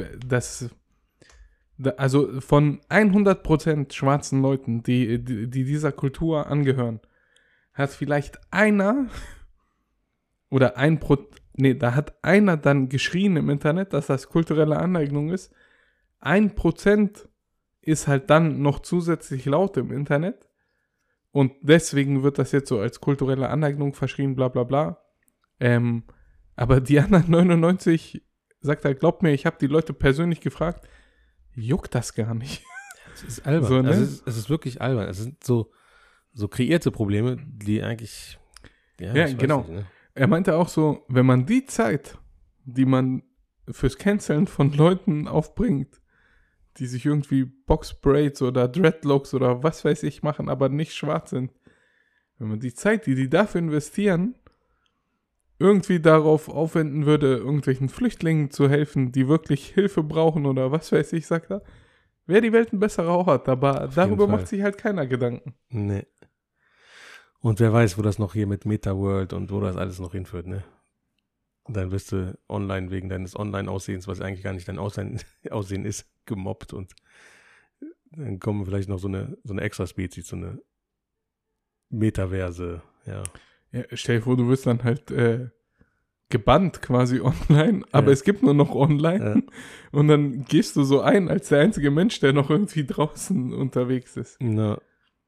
also von 100% schwarzen Leuten, die dieser Kultur angehören, hat vielleicht einer oder da hat einer dann geschrien im Internet, dass das kulturelle Aneignung ist. 1% ist halt dann noch zusätzlich laut im Internet und deswegen wird das jetzt so als kulturelle Aneignung verschrien, bla bla bla. Aber die anderen 99, sagt er, glaubt mir, ich habe die Leute persönlich gefragt, juckt das gar nicht. Es ist albern. So, ne? Es ist wirklich albern. Es sind so kreierte Probleme, die eigentlich, ja genau. Nicht, ne? Er meinte auch so, wenn man die Zeit, die man fürs Canceln von Leuten aufbringt, die sich irgendwie Boxbraids oder Dreadlocks oder was weiß ich machen, aber nicht schwarz sind, Wenn man die Zeit, die dafür investieren, irgendwie darauf aufwenden würde, irgendwelchen Flüchtlingen zu helfen, die wirklich Hilfe brauchen oder was weiß ich, sagt er, wäre die Welt ein besserer Ort, aber darüber macht sich halt keiner Gedanken. Nee. Und wer weiß, wo das noch hier mit Meta-World und wo das alles noch hinführt, ne? Dann wirst du online wegen deines Online-Aussehens, was eigentlich gar nicht dein Aussehen ist, gemobbt und dann kommen vielleicht noch so eine Extra-Spezies, so eine Metaverse, ja. Ja, stell dir vor, du wirst dann halt gebannt quasi online, aber es gibt nur noch online und dann gehst du so ein als der einzige Mensch, der noch irgendwie draußen unterwegs ist. Na.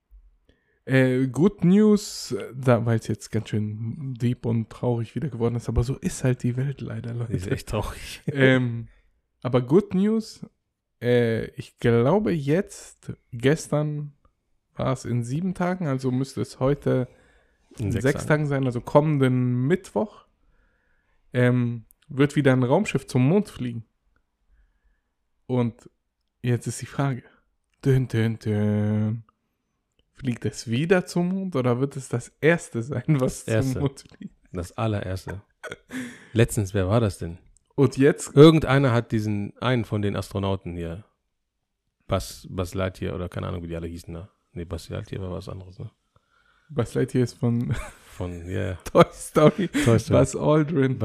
Good News, weil es jetzt ganz schön deep und traurig wieder geworden ist, aber so ist halt die Welt leider, Leute. Ist echt traurig. Aber Good News, ich glaube gestern war es in 7 Tagen, also müsste es heute in 6 Tagen sein, also kommenden Mittwoch, wird wieder ein Raumschiff zum Mond fliegen. Und jetzt ist die Frage, fliegt es wieder zum Mond oder wird es das erste sein, was zum Mond fliegt? Das allererste. Letztens, wer war das denn? Und jetzt? Irgendeiner hat einen von den Astronauten hier, Buzz Lightyear oder keine Ahnung, wie die alle hießen, ne? Nee, Buzz Lightyear war was anderes, ne? Buzz Lightyear ist von yeah. Toy Story. Buzz Aldrin.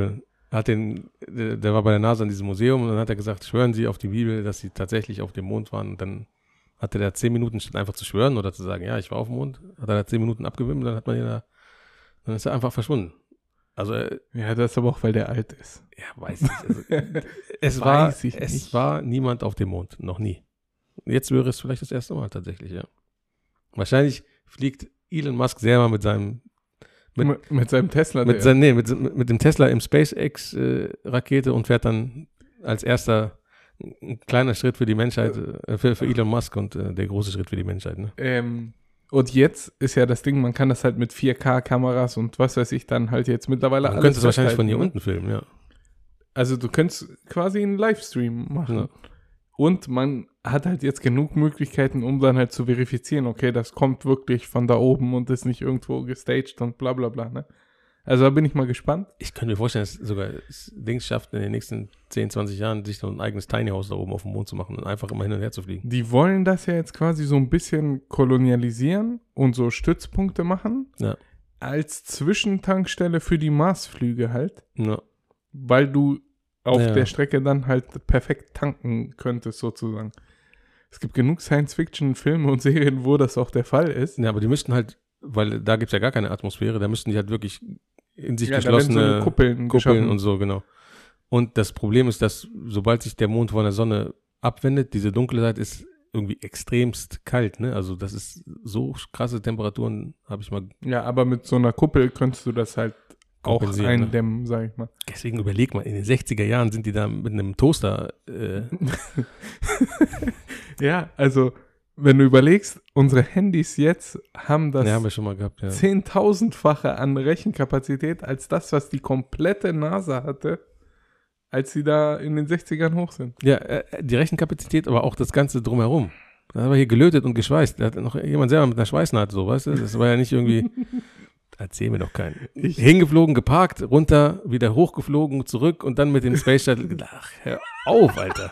Der war bei der NASA in diesem Museum und dann hat er gesagt, schwören Sie auf die Bibel, dass Sie tatsächlich auf dem Mond waren. Und dann hatte der 10 Minuten statt einfach zu schwören oder zu sagen, ja, ich war auf dem Mond, hat er da 10 Minuten abgewimmelt, dann ist er einfach verschwunden. Also ja, das ist aber auch, weil der alt ist. Ja, weiß ich. Also, es war niemand auf dem Mond, noch nie. Jetzt wäre es vielleicht das erste Mal tatsächlich, ja. Wahrscheinlich fliegt Elon Musk selber mit seinem Tesla. Mit dem Tesla im SpaceX-Rakete und fährt dann als erster ein kleiner Schritt für die Menschheit, für Elon Musk und der große Schritt für die Menschheit. Ne? Und jetzt ist ja das Ding, man kann das halt mit 4K-Kameras und was weiß ich dann halt jetzt mittlerweile alles. Du könntest es wahrscheinlich von hier unten filmen, ja. Also du könntest quasi einen Livestream machen. Ja. Und man hat halt jetzt genug Möglichkeiten, um dann halt zu verifizieren, okay, das kommt wirklich von da oben und ist nicht irgendwo gestaged und bla bla bla, ne? Also da bin ich mal gespannt. Ich könnte mir vorstellen, dass sogar das Ding schafft, in den nächsten 10, 20 Jahren sich so ein eigenes Tiny House da oben auf dem Mond zu machen und einfach immer hin und her zu fliegen. Die wollen das ja jetzt quasi so ein bisschen kolonialisieren und so Stützpunkte machen. Ja. Als Zwischentankstelle für die Marsflüge halt. Ja. Weil du auf der Strecke dann halt perfekt tanken könntest sozusagen. Es gibt genug Science-Fiction-Filme und Serien, wo das auch der Fall ist. Ja, aber die müssten halt, weil da gibt es ja gar keine Atmosphäre, da müssten die halt wirklich in sich geschlossene da so Kuppeln und so, genau. Und das Problem ist, dass sobald sich der Mond von der Sonne abwendet, diese dunkle Seite ist irgendwie extremst kalt, ne? Also das ist so krasse Temperaturen, habe ich mal. Ja, aber mit so einer Kuppel könntest du das halt auch eindämmen, sag ich mal. Deswegen überleg mal, in den 60er Jahren sind die da mit einem Toaster. Ja, also wenn du überlegst, unsere Handys jetzt haben das haben wir schon mal gehabt, ja. 10.000-fache an Rechenkapazität als das, was die komplette NASA hatte, als sie da in den 60ern hoch sind. Ja, die Rechenkapazität, aber auch das Ganze drumherum. Da haben wir hier gelötet und geschweißt. Da hat noch jemand selber mit einer Schweißnaht so, weißt du? Das war ja nicht irgendwie... Erzähl mir doch keinen. Hingeflogen, geparkt, runter, wieder hochgeflogen, zurück und dann mit dem Space Shuttle. Ach, hör auf, Alter.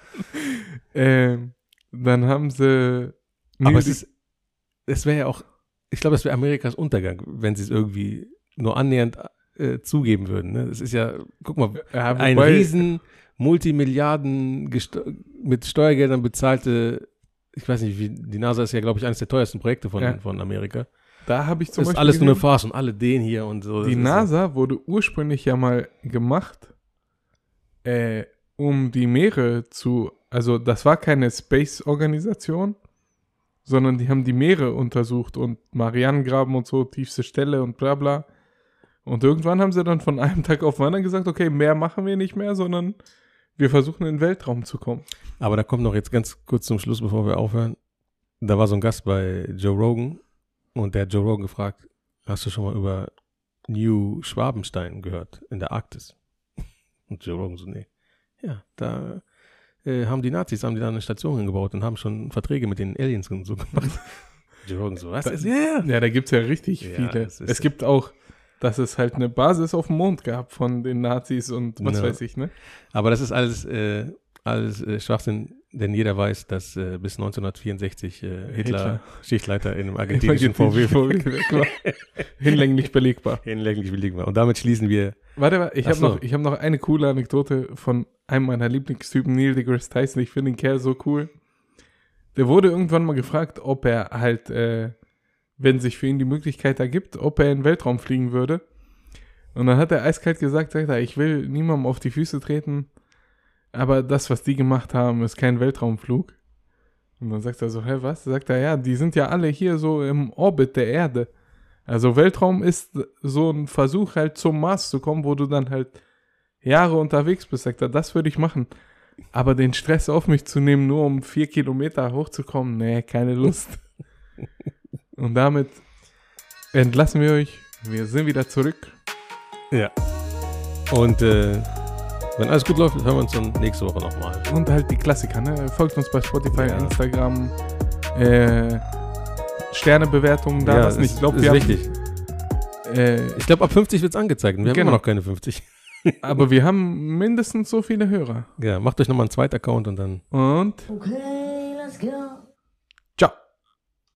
Dann haben sie... Aber es wäre ja auch, ich glaube, das wäre Amerikas Untergang, wenn sie es irgendwie nur annähernd zugeben würden. Ne? Das ist ja, guck mal, ein riesen Multimilliarden mit Steuergeldern bezahlte, ich weiß nicht, die NASA ist ja, glaube ich, eines der teuersten Projekte von Amerika. Da habe ich zum Beispiel. Das ist alles nur eine Farce und alle den hier und so. Die NASA wurde ursprünglich ja mal gemacht, um die Meere also das war keine Space-Organisation, sondern die haben die Meere untersucht und Marianengraben und so, tiefste Stelle und bla bla. Und irgendwann haben sie dann von einem Tag auf den anderen gesagt, okay, mehr machen wir nicht mehr, sondern wir versuchen in den Weltraum zu kommen. Aber da kommt noch jetzt ganz kurz zum Schluss, bevor wir aufhören. Da war so ein Gast bei Joe Rogan. Und der hat Joe Rogan gefragt, hast du schon mal über New Schwabenstein gehört in der Arktis? Und Joe Rogan so, nee. Ja, da haben die Nazis da eine Station hingebaut und haben schon Verträge mit den Aliens und so gemacht. Joe Rogan so, was? Ja. Ja, da gibt es ja richtig viele. Es gibt auch, dass es halt eine Basis auf dem Mond gab von den Nazis und was weiß ich, ne? Aber das ist alles Schwachsinn, denn jeder weiß, dass bis 1964 Hitler Schichtleiter in einem argentinischen VW war. Hinlänglich belegbar. Und damit schließen wir. Warte, ich habe noch eine coole Anekdote von einem meiner Lieblingstypen, Neil deGrasse Tyson. Ich finde den Kerl so cool. Der wurde irgendwann mal gefragt, ob er halt, wenn sich für ihn die Möglichkeit ergibt, ob er in den Weltraum fliegen würde. Und dann hat er eiskalt gesagt, sagt er, ich will niemandem auf die Füße treten, aber das, was die gemacht haben, ist kein Weltraumflug. Und dann sagt er so, hä, was? Sagt er, ja, die sind ja alle hier so im Orbit der Erde. Also Weltraum ist so ein Versuch halt zum Mars zu kommen, wo du dann halt Jahre unterwegs bist, sagt er, das würde ich machen. Aber den Stress auf mich zu nehmen, nur um 4 Kilometer hochzukommen, nee, keine Lust. Und damit entlassen wir euch. Wir sind wieder zurück. Ja. Und wenn alles gut läuft, hören wir uns dann nächste Woche nochmal. Und halt die Klassiker, ne? Folgt uns bei Spotify, Instagram, Sternebewertungen da lassen. Ich glaube, wir wichtig. Ich glaube, ab 50 wird es angezeigt. Wir haben immer noch keine 50. Aber wir haben mindestens so viele Hörer. Ja, macht euch nochmal einen zweiten Account und dann. Und? Okay, let's go.